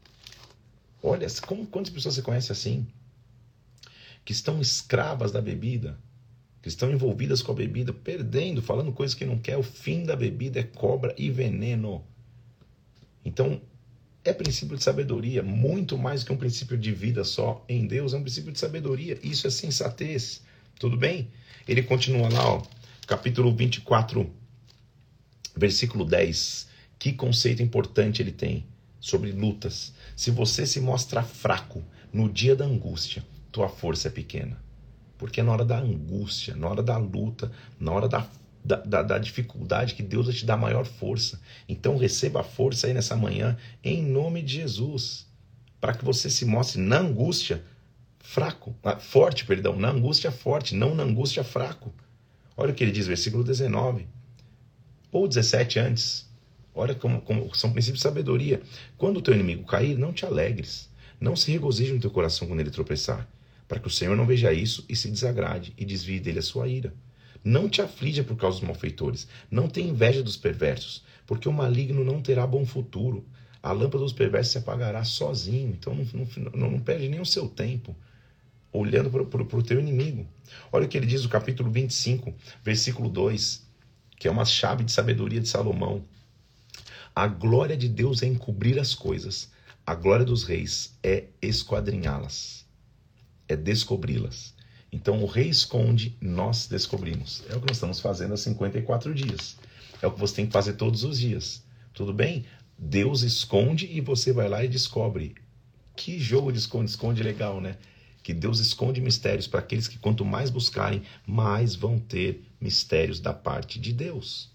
Olha, como, quantas pessoas você conhece assim? Que estão escravas da bebida. Que estão envolvidas com a bebida, perdendo, falando coisas que não quer. O fim da bebida é cobra e veneno. Então, é princípio de sabedoria, muito mais que um princípio de vida só em Deus, é um princípio de sabedoria. Isso é sensatez. Tudo bem? Ele continua lá, ó, capítulo vinte e quatro, versículo dez. Que conceito importante ele tem sobre lutas. Se você se mostra fraco no dia da angústia, tua força é pequena. Porque é na hora da angústia, na hora da luta, na hora da, da, da, da dificuldade que Deus vai te dar maior força. Então receba a força aí nessa manhã, em nome de Jesus. Para que você se mostre na angústia fraco, forte, perdão, na angústia forte, não na angústia fraco. Olha o que ele diz, versículo dezenove. Ou dezessete antes. Olha como, como são princípios de sabedoria. Quando o teu inimigo cair, não te alegres. Não se regozije no teu coração quando ele tropeçar, para que o Senhor não veja isso e se desagrade e desvie dele a sua ira. Não te aflija por causa dos malfeitores, não tenha inveja dos perversos, porque o maligno não terá bom futuro. A lâmpada dos perversos se apagará sozinho, então não, não, não perde nem o seu tempo olhando para o teu inimigo. Olha o que ele diz no capítulo vinte e cinco, versículo dois, que é uma chave de sabedoria de Salomão. A glória de Deus é encobrir as coisas, a glória dos reis é esquadrinhá-las. É descobri-las. Então o rei esconde, nós descobrimos. É o que nós estamos fazendo há cinquenta e quatro dias. É o que você tem que fazer todos os dias. Tudo bem? Deus esconde e você vai lá e descobre. Que jogo de esconde-esconde legal, né? Que Deus esconde mistérios para aqueles que quanto mais buscarem, mais vão ter mistérios da parte de Deus.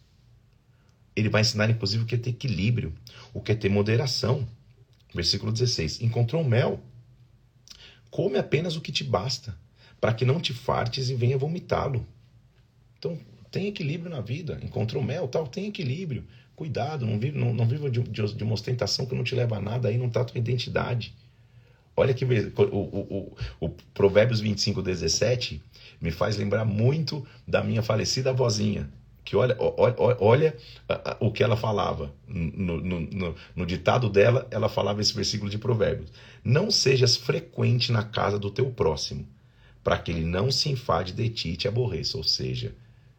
Ele vai ensinar inclusive o que é ter equilíbrio, o que é ter moderação. Versículo dezesseis. Encontrou mel? Come apenas o que te basta, para que não te fartes e venha vomitá-lo. Então, tem equilíbrio na vida. Encontrou mel, tal, tem equilíbrio. Cuidado, não viva, não, não viva de, de, de uma ostentação que não te leva a nada, aí não está a tua identidade. Olha que o, o, o, o Provérbios vinte e cinco, dezessete me faz lembrar muito da minha falecida avózinha. Que olha, olha, olha o que ela falava. No, no, no, no ditado dela, ela falava esse versículo de Provérbios. Não sejas frequente na casa do teu próximo, para que ele não se enfade de ti e te aborreça. Ou seja,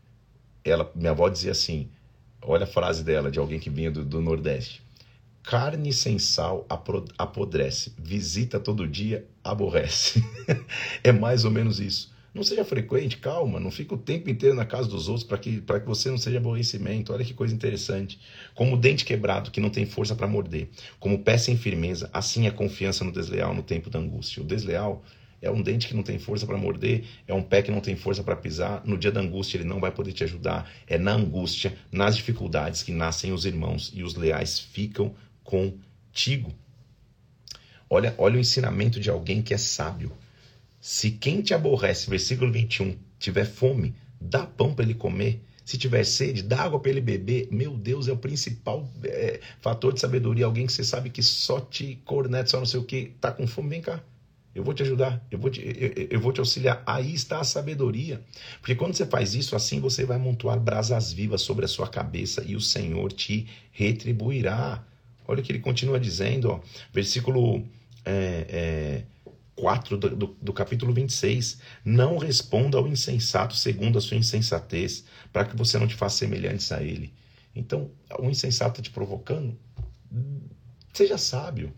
ela, minha avó dizia assim, olha a frase dela, de alguém que vinha do, do Nordeste. Carne sem sal apodrece, visita todo dia, aborrece. É mais ou menos isso. Não seja frequente, calma, não fica o tempo inteiro na casa dos outros para que, para que você não seja aborrecimento. Olha que coisa interessante. Como dente quebrado que não tem força para morder, como pé sem firmeza, assim é a confiança no desleal no tempo da angústia. O desleal é um dente que não tem força para morder, é um pé que não tem força para pisar. No dia da angústia ele não vai poder te ajudar. É na angústia, nas dificuldades que nascem os irmãos e os leais ficam contigo. Olha, olha o ensinamento de alguém que é sábio. Se quem te aborrece, versículo vinte e um, tiver fome, dá pão para ele comer. Se tiver sede, dá água para ele beber. Meu Deus, é o principal é, fator de sabedoria. Alguém que você sabe que só te corneta, só não sei o que, tá com fome, vem cá. Eu vou te ajudar, eu vou te, eu, eu vou te auxiliar. Aí está a sabedoria. Porque quando você faz isso, assim você vai amontoar brasas vivas sobre a sua cabeça e o Senhor te retribuirá. Olha o que ele continua dizendo, ó, versículo é, é, quatro do, do, do capítulo vinte e seis. Não responda ao insensato segundo a sua insensatez, para que você não te faça semelhantes a ele. Então, o insensato está te provocando, seja sábio.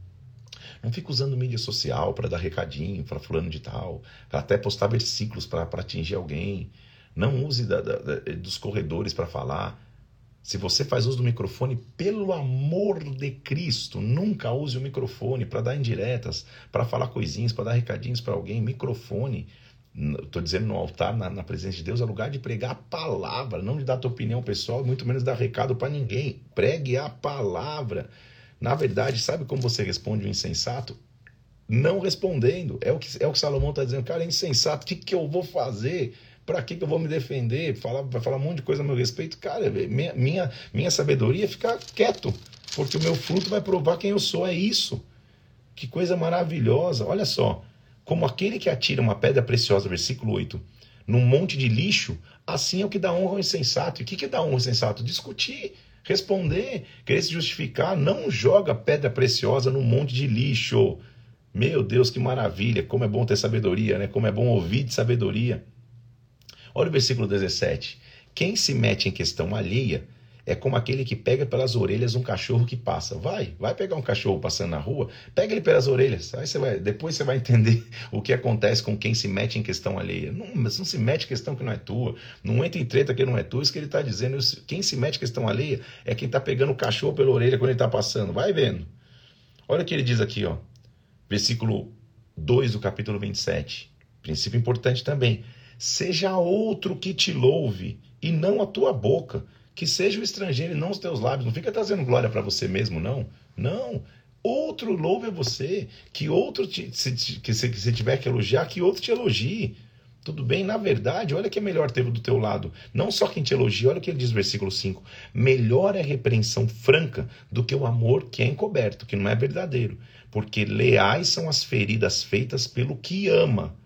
Não fica usando mídia social para dar recadinho para fulano de tal, para até postar versículos para atingir alguém. Não use da, da, da, dos corredores para falar. Se você faz uso do microfone, pelo amor de Cristo, nunca use o microfone para dar indiretas, para falar coisinhas, para dar recadinhos para alguém. Microfone, estou dizendo no altar, na, na presença de Deus, é lugar de pregar a palavra, não de dar a tua opinião pessoal, muito menos dar recado para ninguém. Pregue a palavra. Na verdade, sabe como você responde o insensato? Não respondendo. É o que, é o que Salomão está dizendo. Cara, é insensato, o que, que eu vou fazer? Para que, que eu vou me defender? Falar, vai falar um monte de coisa a meu respeito? Cara, minha, minha, minha sabedoria é ficar quieto, porque o meu fruto vai provar quem eu sou. É isso. Que coisa maravilhosa. Olha só, como aquele que atira uma pedra preciosa, versículo oito, num monte de lixo, assim é o que dá honra ao insensato. E o que, que dá honra ao insensato? Discutir. Responder, querer se justificar. Não joga pedra preciosa num monte de lixo. Meu Deus, que maravilha. Como é bom ter sabedoria, né? Como é bom ouvir de sabedoria. Olha o versículo dezessete. Quem se mete em questão alheia é como aquele que pega pelas orelhas um cachorro que passa. Vai, vai pegar um cachorro passando na rua, pega ele pelas orelhas. Aí você vai, depois você vai entender o que acontece com quem se mete em questão alheia. Não, mas não se mete em questão que não é tua. Não entra em treta que não é tua. Isso que ele está dizendo. Quem se mete em questão alheia é quem está pegando o cachorro pela orelha quando ele está passando. Vai vendo. Olha o que ele diz aqui, ó. Versículo dois do capítulo vinte e sete. Princípio importante também. Seja outro que te louve e não a tua boca. Que seja o estrangeiro e não os teus lábios. Não fica trazendo glória para você mesmo, não. Não. Outro louve a você. Que outro, te, se, que se, se tiver que elogiar, que outro te elogie. Tudo bem? Na verdade, olha que é melhor ter do teu lado. Não só quem te elogia. Olha o que ele diz no versículo cinco. Melhor é a repreensão franca do que o amor que é encoberto, que não é verdadeiro. Porque leais são as feridas feitas pelo que ama.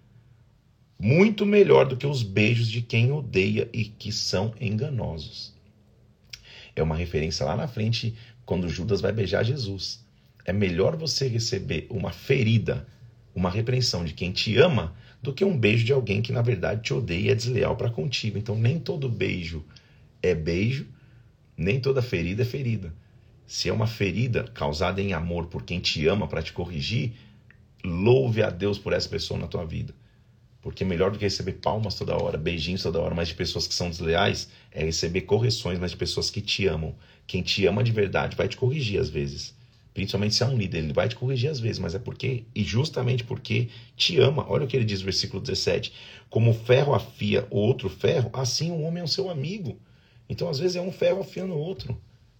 Muito melhor do que os beijos de quem odeia e que são enganosos. É uma referência lá na frente, quando Judas vai beijar Jesus. É melhor você receber uma ferida, uma repreensão de quem te ama, do que um beijo de alguém que na verdade te odeia e é desleal para contigo. Então nem todo beijo é beijo, nem toda ferida é ferida. Se é uma ferida causada em amor por quem te ama para te corrigir, louve a Deus por essa pessoa na tua vida. Porque melhor do que receber palmas toda hora, beijinhos toda hora, mas de pessoas que são desleais, é receber correções, mas de pessoas que te amam. Quem te ama de verdade vai te corrigir às vezes. Principalmente se é um líder, ele vai te corrigir às vezes, mas é porque, e justamente porque te ama. Olha o que ele diz no versículo dezessete. Como o ferro afia o outro ferro, assim o homem é o seu amigo. Então às vezes é um ferro afiando o outro.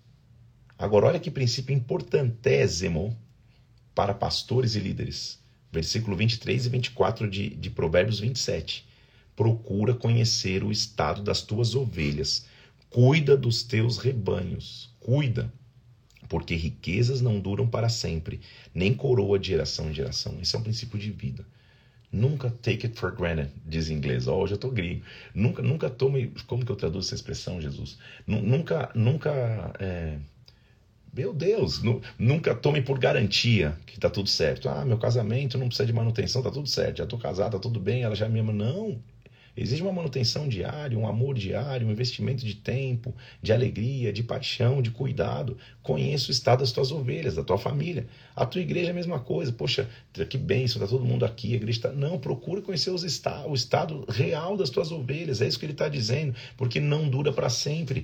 Agora olha que princípio importantésimo para pastores e líderes. Versículo vinte e três e vinte e quatro de, de Provérbios vinte e sete. Procura conhecer o estado das tuas ovelhas. Cuida dos teus rebanhos. Cuida. Porque riquezas não duram para sempre, nem coroa de geração em geração. Esse é um princípio de vida. Nunca take it for granted, diz em inglês. Oh, hoje eu tô gringo. Nunca, nunca tome... Como que eu traduzo essa expressão, Jesus? Nunca, nunca... É... Meu Deus, nu, nunca tome por garantia que tá tudo certo. Ah, meu casamento não precisa de manutenção, tá tudo certo. Já tô casado, tá tudo bem, ela já me ama. Não. Exige uma manutenção diária, um amor diário, um investimento de tempo, de alegria, de paixão, de cuidado. Conheça o estado das tuas ovelhas, da tua família. A tua igreja é a mesma coisa. Poxa, que bênção, está todo mundo aqui. A igreja tá... Não, procura conhecer os esta... o estado real das tuas ovelhas. É isso que ele está dizendo, porque não dura para sempre.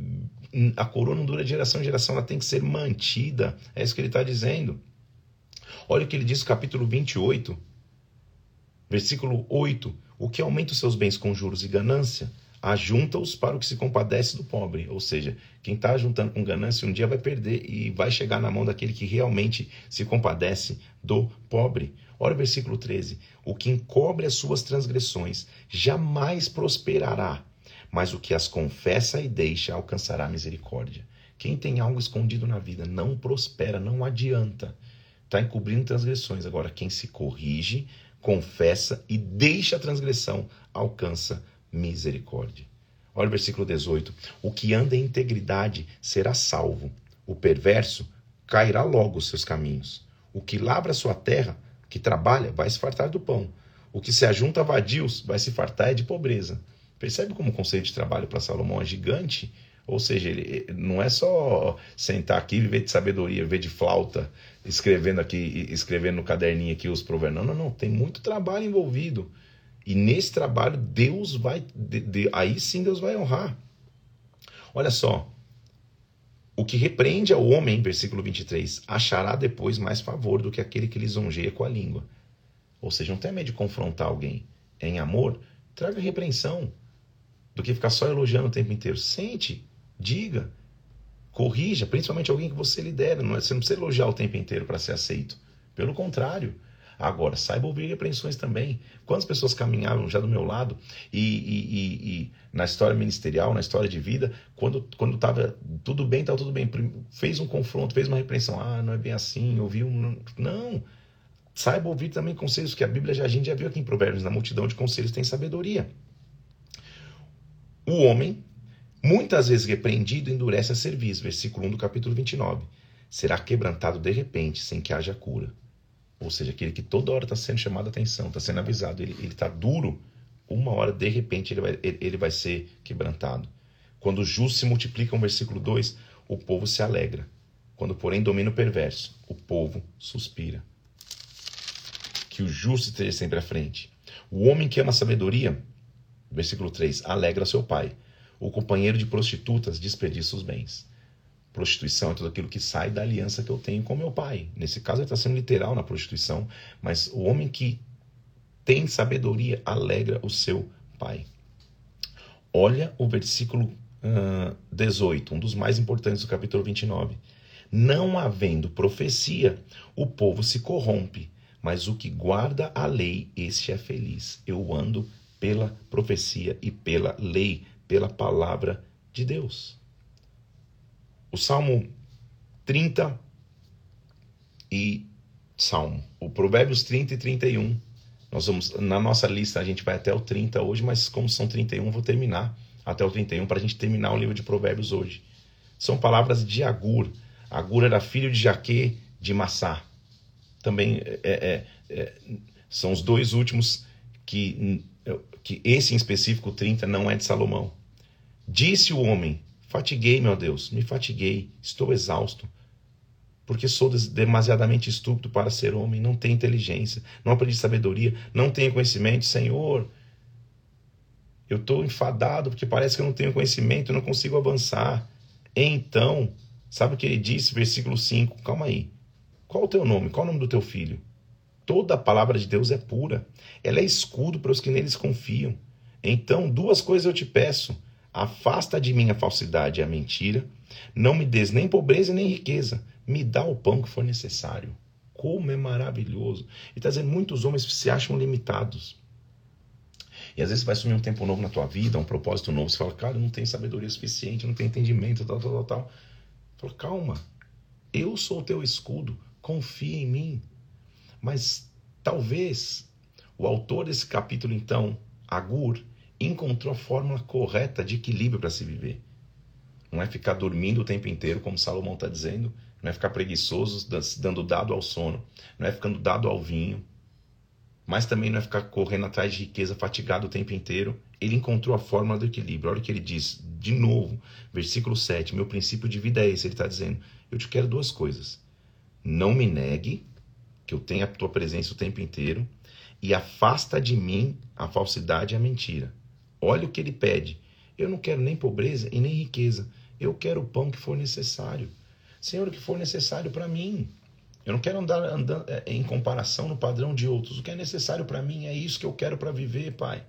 A coroa não dura de geração em geração, ela tem que ser mantida. É isso que ele está dizendo. Olha o que ele diz no capítulo vinte e oito, versículo oito. O que aumenta os seus bens com juros e ganância, ajunta-os para o que se compadece do pobre. Ou seja, quem está juntando com ganância um dia vai perder e vai chegar na mão daquele que realmente se compadece do pobre. Olha o versículo treze. O que encobre as suas transgressões jamais prosperará, mas o que as confessa e deixa alcançará misericórdia. Quem tem algo escondido na vida não prospera, não adianta. Está encobrindo transgressões. Agora, quem se corrige, confessa e deixa a transgressão, alcança misericórdia. Olha o versículo dezoito. O que anda em integridade será salvo. O perverso cairá logo os seus caminhos. O que lavra a sua terra, que trabalha, vai se fartar do pão. O que se ajunta a vadios vai se fartar de pobreza. Percebe como o conceito de trabalho para Salomão é gigante? Ou seja, ele não é só sentar aqui e viver de sabedoria, viver de flauta, escrevendo aqui, escrevendo no caderninho aqui os provérbios. Não, não, não. Tem muito trabalho envolvido. E nesse trabalho, Deus vai... De, de, aí sim Deus vai honrar. Olha só. O que repreende ao homem, versículo vinte e três, achará depois mais favor do que aquele que lisonjeia com a língua. Ou seja, não tem medo de confrontar alguém. É em amor, traga repreensão. Do que ficar só elogiando o tempo inteiro. Sente, diga, corrija, principalmente alguém que você lidera. Não é, você não precisa elogiar o tempo inteiro para ser aceito. Pelo contrário. Agora, saiba ouvir repreensões também. Quantas pessoas caminhavam já do meu lado e, e, e, e na história ministerial, na história de vida, quando quando estava tudo bem, estava tudo bem, fez um confronto, fez uma repreensão. Ah, não é bem assim, ouviu um... Não. Saiba ouvir também conselhos, que a Bíblia já, a gente já viu aqui em Provérbios, na multidão de conselhos tem sabedoria. O homem, muitas vezes repreendido, endurece a cerviz. Versículo um do capítulo vinte e nove. Será quebrantado de repente, sem que haja cura. Ou seja, aquele que toda hora está sendo chamado a atenção, está sendo avisado, ele está duro, uma hora, de repente, ele vai, ele, ele vai ser quebrantado. Quando os justos se multiplicam, versículo dois, o povo se alegra. Quando, porém, domina o perverso, o povo suspira. Que o justo esteja sempre à frente. O homem que ama a sabedoria, versículo três, alegra seu pai. O companheiro de prostitutas desperdiça os bens. Prostituição é tudo aquilo que sai da aliança que eu tenho com meu pai. Nesse caso ele está sendo literal na prostituição, mas o homem que tem sabedoria alegra o seu pai. Olha o versículo uh, dezoito, um dos mais importantes do capítulo vinte e nove. Não havendo profecia, o povo se corrompe, mas o que guarda a lei, este é feliz. Eu ando pela profecia e pela lei, pela palavra de Deus. O Salmo trinta e Salmo, o Provérbios trinta e trinta e um. Nós vamos, na nossa lista a gente vai até o trinta hoje, mas como são trinta e um, eu vou terminar até o trinta e um para a gente terminar o livro de Provérbios hoje. São palavras de Agur. Agur era filho de Jaque de Massá. Também é, é, é, são os dois últimos que, que esse em específico, trinta, não é de Salomão. Disse o homem: fatiguei, meu Deus, me fatiguei, estou exausto. porque sou demasiadamente estúpido para ser homem, não tenho inteligência, não aprendi sabedoria, não tenho conhecimento. Senhor, eu estou enfadado porque parece que eu não tenho conhecimento, eu não consigo avançar. Então, sabe o que ele disse, versículo cinco? Calma aí. Qual o teu nome? Qual o nome do teu filho? Toda a palavra de Deus é pura. Ela é escudo para os que neles confiam. Então, duas coisas eu te peço. Afasta de mim a falsidade e a mentira. Não me des nem pobreza nem riqueza. Me dá o pão que for necessário. Como é maravilhoso. Ele está dizendo, muitos homens se acham limitados. E às vezes vai assumir um tempo novo na tua vida, um propósito novo. Você fala, cara, eu não tenho sabedoria suficiente, não tenho entendimento, tal, tal, tal, tal. Fala, calma. Eu sou o teu escudo. Confia em mim. Mas talvez o autor desse capítulo, então, Agur, encontrou a fórmula correta de equilíbrio para se viver. Não é ficar dormindo o tempo inteiro, como Salomão está dizendo. Não é ficar preguiçoso, dando dado ao sono. Não é ficando dado ao vinho. Mas também não é ficar correndo atrás de riqueza, fatigado o tempo inteiro. Ele encontrou a fórmula do equilíbrio. Olha o que ele diz, de novo, versículo sete. Meu princípio de vida é esse. Ele está dizendo, eu te quero duas coisas. Não me negue, que eu tenha a tua presença o tempo inteiro, e afasta de mim a falsidade e a mentira. Olha o que ele pede. Eu não quero nem pobreza e nem riqueza. Eu quero o pão que for necessário. Senhor, o que for necessário para mim. Eu não quero andar andando em comparação no padrão de outros. O que é necessário para mim é isso que eu quero para viver, Pai.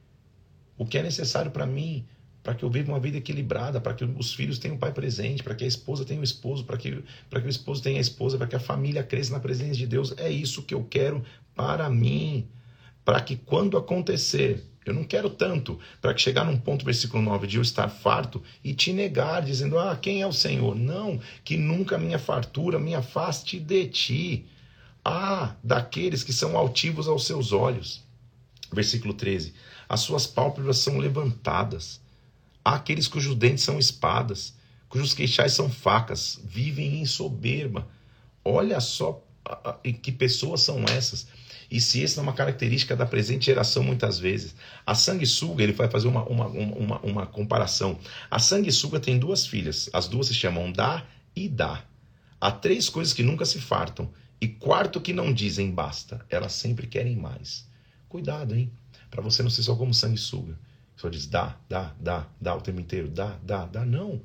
O que é necessário para mim, para que eu viva uma vida equilibrada, para que os filhos tenham o pai presente, para que a esposa tenha o esposo, para que, para que o esposo tenha a esposa, para que a família cresça na presença de Deus. É isso que eu quero para mim. Para que quando acontecer, eu não quero tanto, para que chegar num ponto, versículo nove, de eu estar farto e te negar, dizendo, ah, quem é o Senhor? Não, que nunca a minha fartura me afaste de ti. Ah, daqueles que são altivos aos seus olhos. Versículo treze, as suas pálpebras são levantadas. Há aqueles cujos dentes são espadas, cujos queixais são facas, vivem em soberba. Olha só que pessoas são essas. E se essa é uma característica da presente geração muitas vezes. A sanguessuga, ele vai fazer uma, uma, uma, uma comparação. A sanguessuga tem duas filhas, as duas se chamam Dá e Dá. Há três coisas que nunca se fartam, e quarto que não dizem basta, elas sempre querem mais. Cuidado, hein? Para você não ser só como sanguessuga. Só diz dá, dá, dá, dá o tempo inteiro, dá, dá, dá. Não.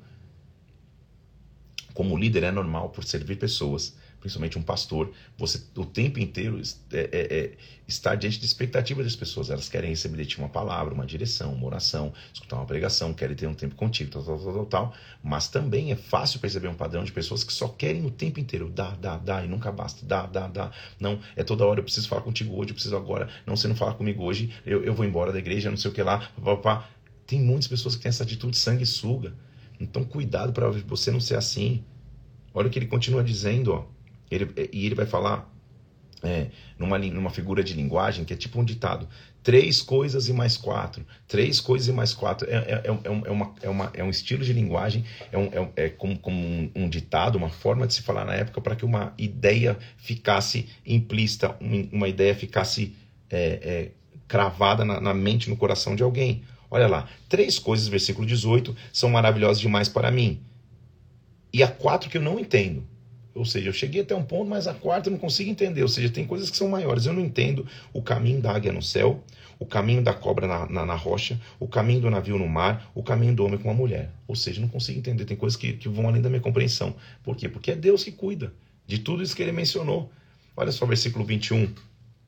Como líder é normal, por servir pessoas, principalmente um pastor, você o tempo inteiro é, é, é, estar diante de expectativa das pessoas. Elas querem receber de ti uma palavra, uma direção, uma oração, escutar uma pregação, querem ter um tempo contigo, tal, tal, tal, tal, tal. Mas também é fácil perceber um padrão de pessoas que só querem o tempo inteiro, dá, dá, dá, e nunca basta, dá, dá, dá. Não, é toda hora, eu preciso falar contigo hoje, eu preciso agora. Não, se não falar comigo hoje, eu, eu vou embora da igreja, não sei o que lá, pá, pá, pá. Tem muitas pessoas que têm essa atitude sanguessuga. Então cuidado para você não ser assim. Olha o que ele continua dizendo, ó. Ele, e ele vai falar é, numa, numa figura de linguagem que é tipo um ditado. Três coisas e mais quatro. Três coisas e mais quatro. É, é, é, é, uma, é, uma, é um estilo de linguagem, é, um, é, é como, como um, um ditado, uma forma de se falar na época para que uma ideia ficasse implícita, uma ideia ficasse é, é, cravada na, na mente, no coração de alguém. Olha lá. Três coisas, versículo dezoito, são maravilhosas demais para mim. E há quatro que eu não entendo. Ou seja, eu cheguei até um ponto, mas a quarta eu não consigo entender. Ou seja, tem coisas que são maiores. Eu não entendo o caminho da águia no céu, o caminho da cobra na, na, na rocha, o caminho do navio no mar, o caminho do homem com a mulher. Ou seja, eu não consigo entender. Tem coisas que, que vão além da minha compreensão. Por quê? Porque é Deus que cuida de tudo isso que ele mencionou. Olha só o versículo vinte e um.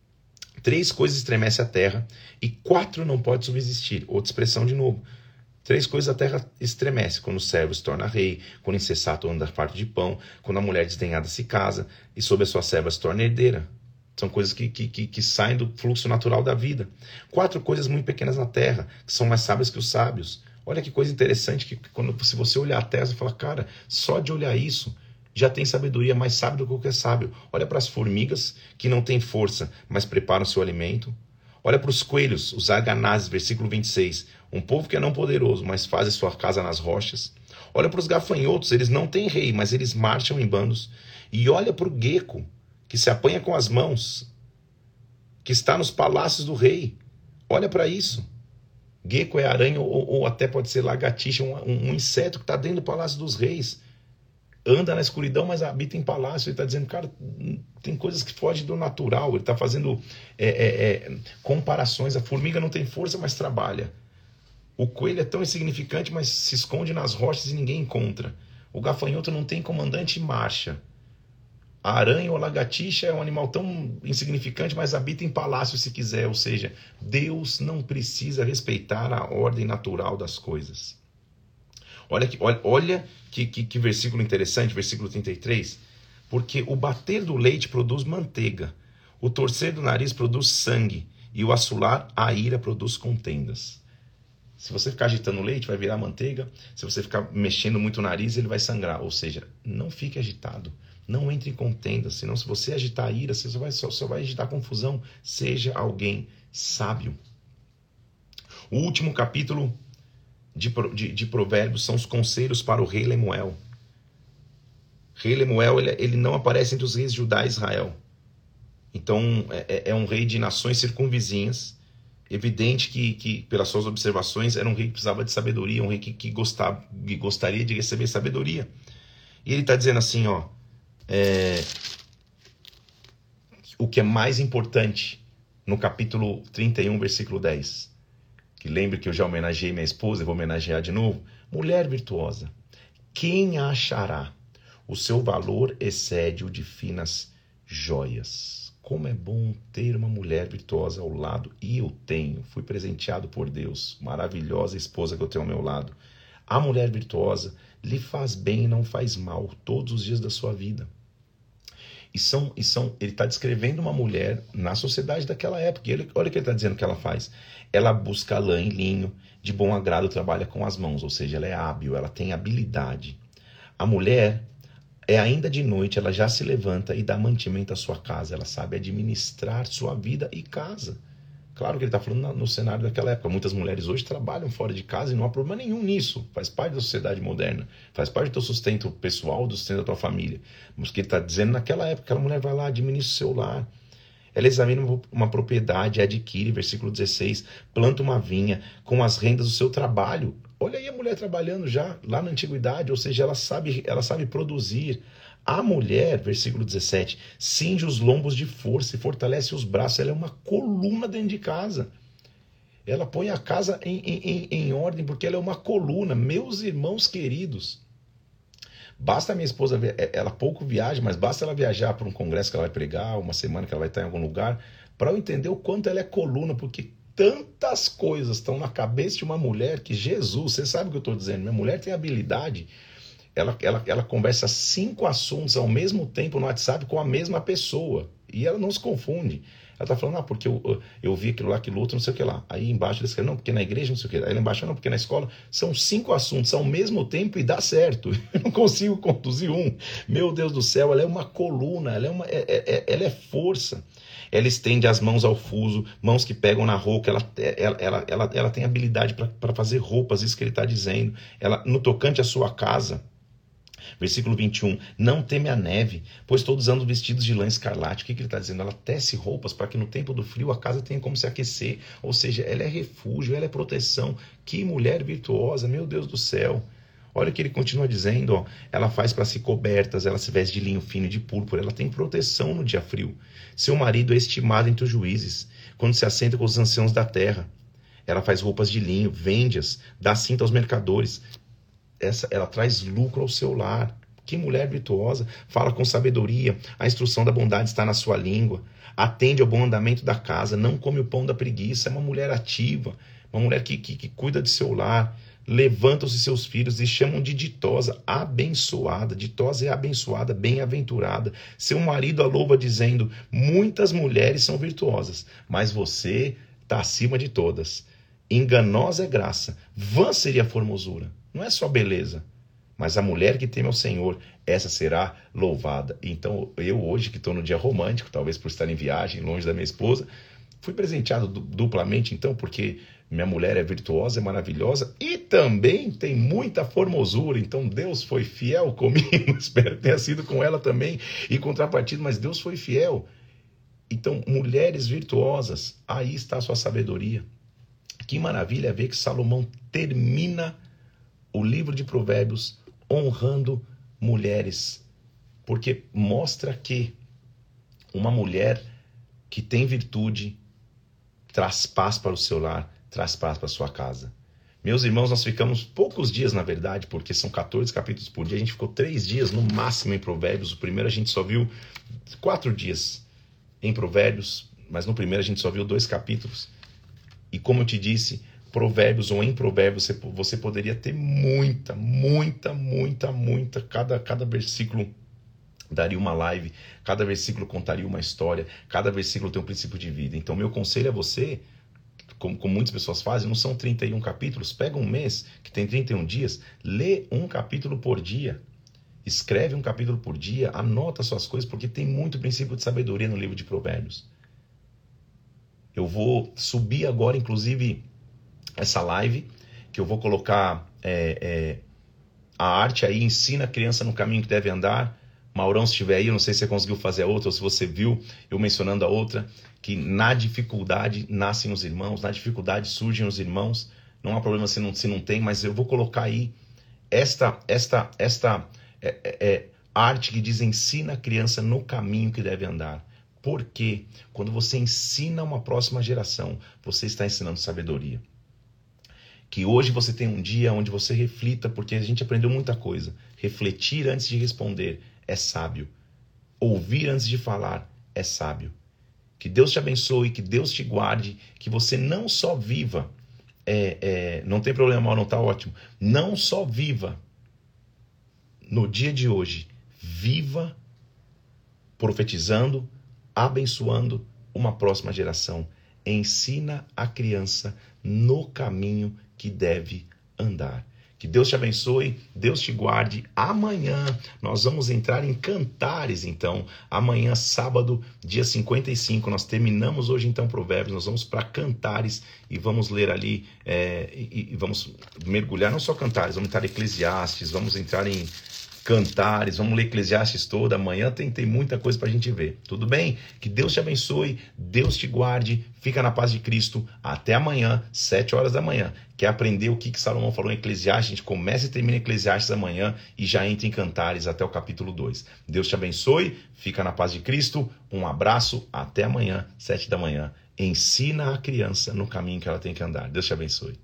Três coisas estremecem a terra e quatro não pode subsistir. Outra expressão de novo. Três coisas a terra estremece, quando o servo se torna rei, quando o insensato anda farto de pão, quando a mulher desdenhada se casa e sob a sua serva se torna herdeira. São coisas que, que, que, que saem do fluxo natural da vida. Quatro coisas muito pequenas na terra, que são mais sábias que os sábios. Olha que coisa interessante, que quando, se você olhar a terra, você fala, cara, só de olhar isso, já tem sabedoria mais sábia do que qualquer sábio. Olha para as formigas, que não têm força, mas preparam seu alimento. Olha para os coelhos, os arganazes, versículo vinte e seis. Um povo que é não poderoso, mas faz sua casa nas rochas. Olha para os gafanhotos, eles não têm rei, mas eles marcham em bandos. E olha para o gecko, que se apanha com as mãos, que está nos palácios do rei. Olha para isso. Gecko é aranha ou, ou até pode ser lagartixa, um, um inseto que está dentro do palácio dos reis. anda na escuridão, mas habita em palácio. Ele está dizendo, cara, tem coisas que fogem do natural. Ele está fazendo é, é, é, comparações. A formiga não tem força, mas trabalha. O coelho é tão insignificante, mas se esconde nas rochas e ninguém encontra. O gafanhoto não tem comandante e marcha. A aranha ou a lagartixa é um animal tão insignificante, mas habita em palácio se quiser. Ou seja, Deus não precisa respeitar a ordem natural das coisas. Olha que, olha, olha que, que, que versículo interessante, versículo trinta e três. Porque o bater do leite produz manteiga, o torcer do nariz produz sangue, e o assolar a ira produz contendas. Se você ficar agitando o leite, vai virar manteiga. Se você ficar mexendo muito o nariz, ele vai sangrar. Ou seja, não fique agitado. Não entre em contenda. Senão, se você agitar a ira, você só vai, só, só vai agitar confusão. Seja alguém sábio. O último capítulo de, de, de Provérbios são os conselhos para o rei Lemuel. Rei Lemuel, ele, ele não aparece entre os reis de Judá e Israel. Então, é, é um rei de nações circunvizinhas. Evidente que, que, pelas suas observações, era um rei que precisava de sabedoria, um rei que, que, gostava, que gostaria de receber sabedoria. E ele está dizendo assim, ó, é, o que é mais importante no capítulo trinta e um, versículo dez. Que lembre que eu já homenageei minha esposa, eu vou homenagear de novo. Mulher virtuosa, quem a achará? O seu valor excede o de finas joias. Como é bom ter uma mulher virtuosa ao lado. E eu tenho, fui presenteado por Deus. Maravilhosa esposa que eu tenho ao meu lado. A mulher virtuosa lhe faz bem e não faz mal todos os dias da sua vida. E são, e são, ele está descrevendo uma mulher na sociedade daquela época. E ele, olha o que ele está dizendo que ela faz. Ela busca lã e linho, de bom agrado trabalha com as mãos. Ou seja, ela é hábil, ela tem habilidade. A mulher... é ainda de noite, ela já se levanta e dá mantimento à sua casa. Ela sabe administrar sua vida e casa. Claro que ele está falando no cenário daquela época. Muitas mulheres hoje trabalham fora de casa e não há problema nenhum nisso. Faz parte da sociedade moderna. Faz parte do teu sustento pessoal, do sustento da tua família. Mas o que ele está dizendo naquela época, aquela mulher vai lá, administra o seu lar. Ela examina uma propriedade, adquire, versículo dezesseis, planta uma vinha com as rendas do seu trabalho. Olha aí a mulher trabalhando já, lá na antiguidade, ou seja, ela sabe, ela sabe produzir. A mulher, versículo dezessete, cinge os lombos de força e fortalece os braços. Ela é uma coluna dentro de casa. Ela põe a casa em, em, em ordem, porque ela é uma coluna. Meus irmãos queridos, basta a minha esposa, ela pouco viaja, mas basta ela viajar para um congresso que ela vai pregar, uma semana que ela vai estar em algum lugar, para eu entender o quanto ela é coluna, porque tantas coisas estão na cabeça de uma mulher que Jesus, você sabe o que eu estou dizendo, minha mulher tem habilidade, ela, ela, ela conversa cinco assuntos ao mesmo tempo no WhatsApp com a mesma pessoa, e ela não se confunde. Ela está falando, ah, porque eu, eu, eu vi aquilo lá, aquilo outro, não sei o que lá. Aí embaixo ela escreve, não, porque na igreja, não sei o que. Aí lá embaixo, não, porque na escola. São cinco assuntos ao mesmo tempo e dá certo. Eu não consigo conduzir um. Meu Deus do céu, ela é uma coluna, ela é, uma, é, é, ela é força. Ela estende as mãos ao fuso, mãos que pegam na roupa. Ela, ela, ela, ela, ela tem habilidade para fazer roupas, isso que ele está dizendo. Ela, no tocante à sua casa... Versículo vinte e um, não teme a neve, pois todos andam vestidos de lã escarlate. O que, que ele está dizendo? Ela tece roupas para que no tempo do frio a casa tenha como se aquecer. Ou seja, ela é refúgio, ela é proteção. Que mulher virtuosa, meu Deus do céu. Olha o que ele continua dizendo, ó. Ela faz para si cobertas, ela se veste de linho fino e de púrpura, ela tem proteção no dia frio. Seu marido é estimado entre os juízes, quando se assenta com os anciãos da terra. Ela faz roupas de linho, vende-as, dá cinta aos mercadores. Essa, ela traz lucro ao seu lar. Que mulher virtuosa, fala com sabedoria, a instrução da bondade está na sua língua, atende ao bom andamento da casa, não come o pão da preguiça, é uma mulher ativa, uma mulher que, que, que cuida de seu lar, levanta os seus filhos e chamam de ditosa, abençoada. Ditosa é abençoada, bem-aventurada. Seu marido a louva dizendo, muitas mulheres são virtuosas, mas você está acima de todas. Enganosa é graça, vã seria a formosura. Não é só beleza, mas a mulher que teme ao Senhor, essa será louvada. Então eu hoje que estou no dia romântico, talvez por estar em viagem, longe da minha esposa, fui presenteado duplamente então, porque minha mulher é virtuosa, é maravilhosa e também tem muita formosura. Então Deus foi fiel comigo, espero que tenha sido com ela também, em contrapartida, mas Deus foi fiel. Então mulheres virtuosas, aí está a sua sabedoria. Que maravilha ver que Salomão termina o livro de Provérbios honrando mulheres, porque mostra que uma mulher que tem virtude traz paz para o seu lar, traz paz para a sua casa. Meus irmãos, nós ficamos poucos dias, na verdade, porque são quatorze capítulos por dia. A gente ficou três dias no máximo em Provérbios. O primeiro a gente só viu quatro dias em Provérbios, mas no primeiro a gente só viu dois capítulos. E como eu te disse, Provérbios ou em Provérbios, você, você poderia ter muita, muita, muita, muita. Cada, cada versículo daria uma live, cada versículo contaria uma história, cada versículo tem um princípio de vida. Então, meu conselho a você, como, como muitas pessoas fazem, não são trinta e um capítulos, pega um mês que tem trinta e um dias, lê um capítulo por dia, escreve um capítulo por dia, anota suas coisas, porque tem muito princípio de sabedoria no livro de Provérbios. Eu vou subir agora, inclusive, essa live, que eu vou colocar é, é, a arte aí, ensina a criança no caminho que deve andar. Maurão, se estiver aí, eu não sei se você conseguiu fazer a outra, ou se você viu eu mencionando a outra, que na dificuldade nascem os irmãos, na dificuldade surgem os irmãos, não há problema se não, se não tem, mas eu vou colocar aí esta, esta, esta é, é, arte que diz ensina a criança no caminho que deve andar. Porque quando você ensina uma próxima geração, você está ensinando sabedoria. Que hoje você tem um dia onde você reflita, porque a gente aprendeu muita coisa. Refletir antes de responder é sábio. Ouvir antes de falar é sábio. Que Deus te abençoe, que Deus te guarde, que você não só viva, é, é, não tem problema, não está ótimo, não só viva no dia de hoje, viva profetizando, abençoando uma próxima geração. Ensina a criança no caminho que deve andar. Que Deus te abençoe, Deus te guarde. Amanhã nós vamos entrar em Cantares, então. Amanhã, sábado, dia cinquenta e cinco, nós terminamos hoje então Provérbios, nós vamos para Cantares e vamos ler ali, é, e, e vamos mergulhar, não só Cantares, vamos entrar em Eclesiastes, vamos entrar em Cantares, vamos ler Eclesiastes toda. Amanhã tem, tem muita coisa para a gente ver, tudo bem? Que Deus te abençoe, Deus te guarde, fica na paz de Cristo. Até amanhã, sete horas da manhã. Quer aprender o que, que Salomão falou em Eclesiastes? A gente começa e termina Eclesiastes amanhã e já entra em Cantares até o capítulo dois. Deus te abençoe, fica na paz de Cristo, um abraço, até amanhã, sete da manhã. Ensina a criança no caminho que ela tem que andar. Deus te abençoe.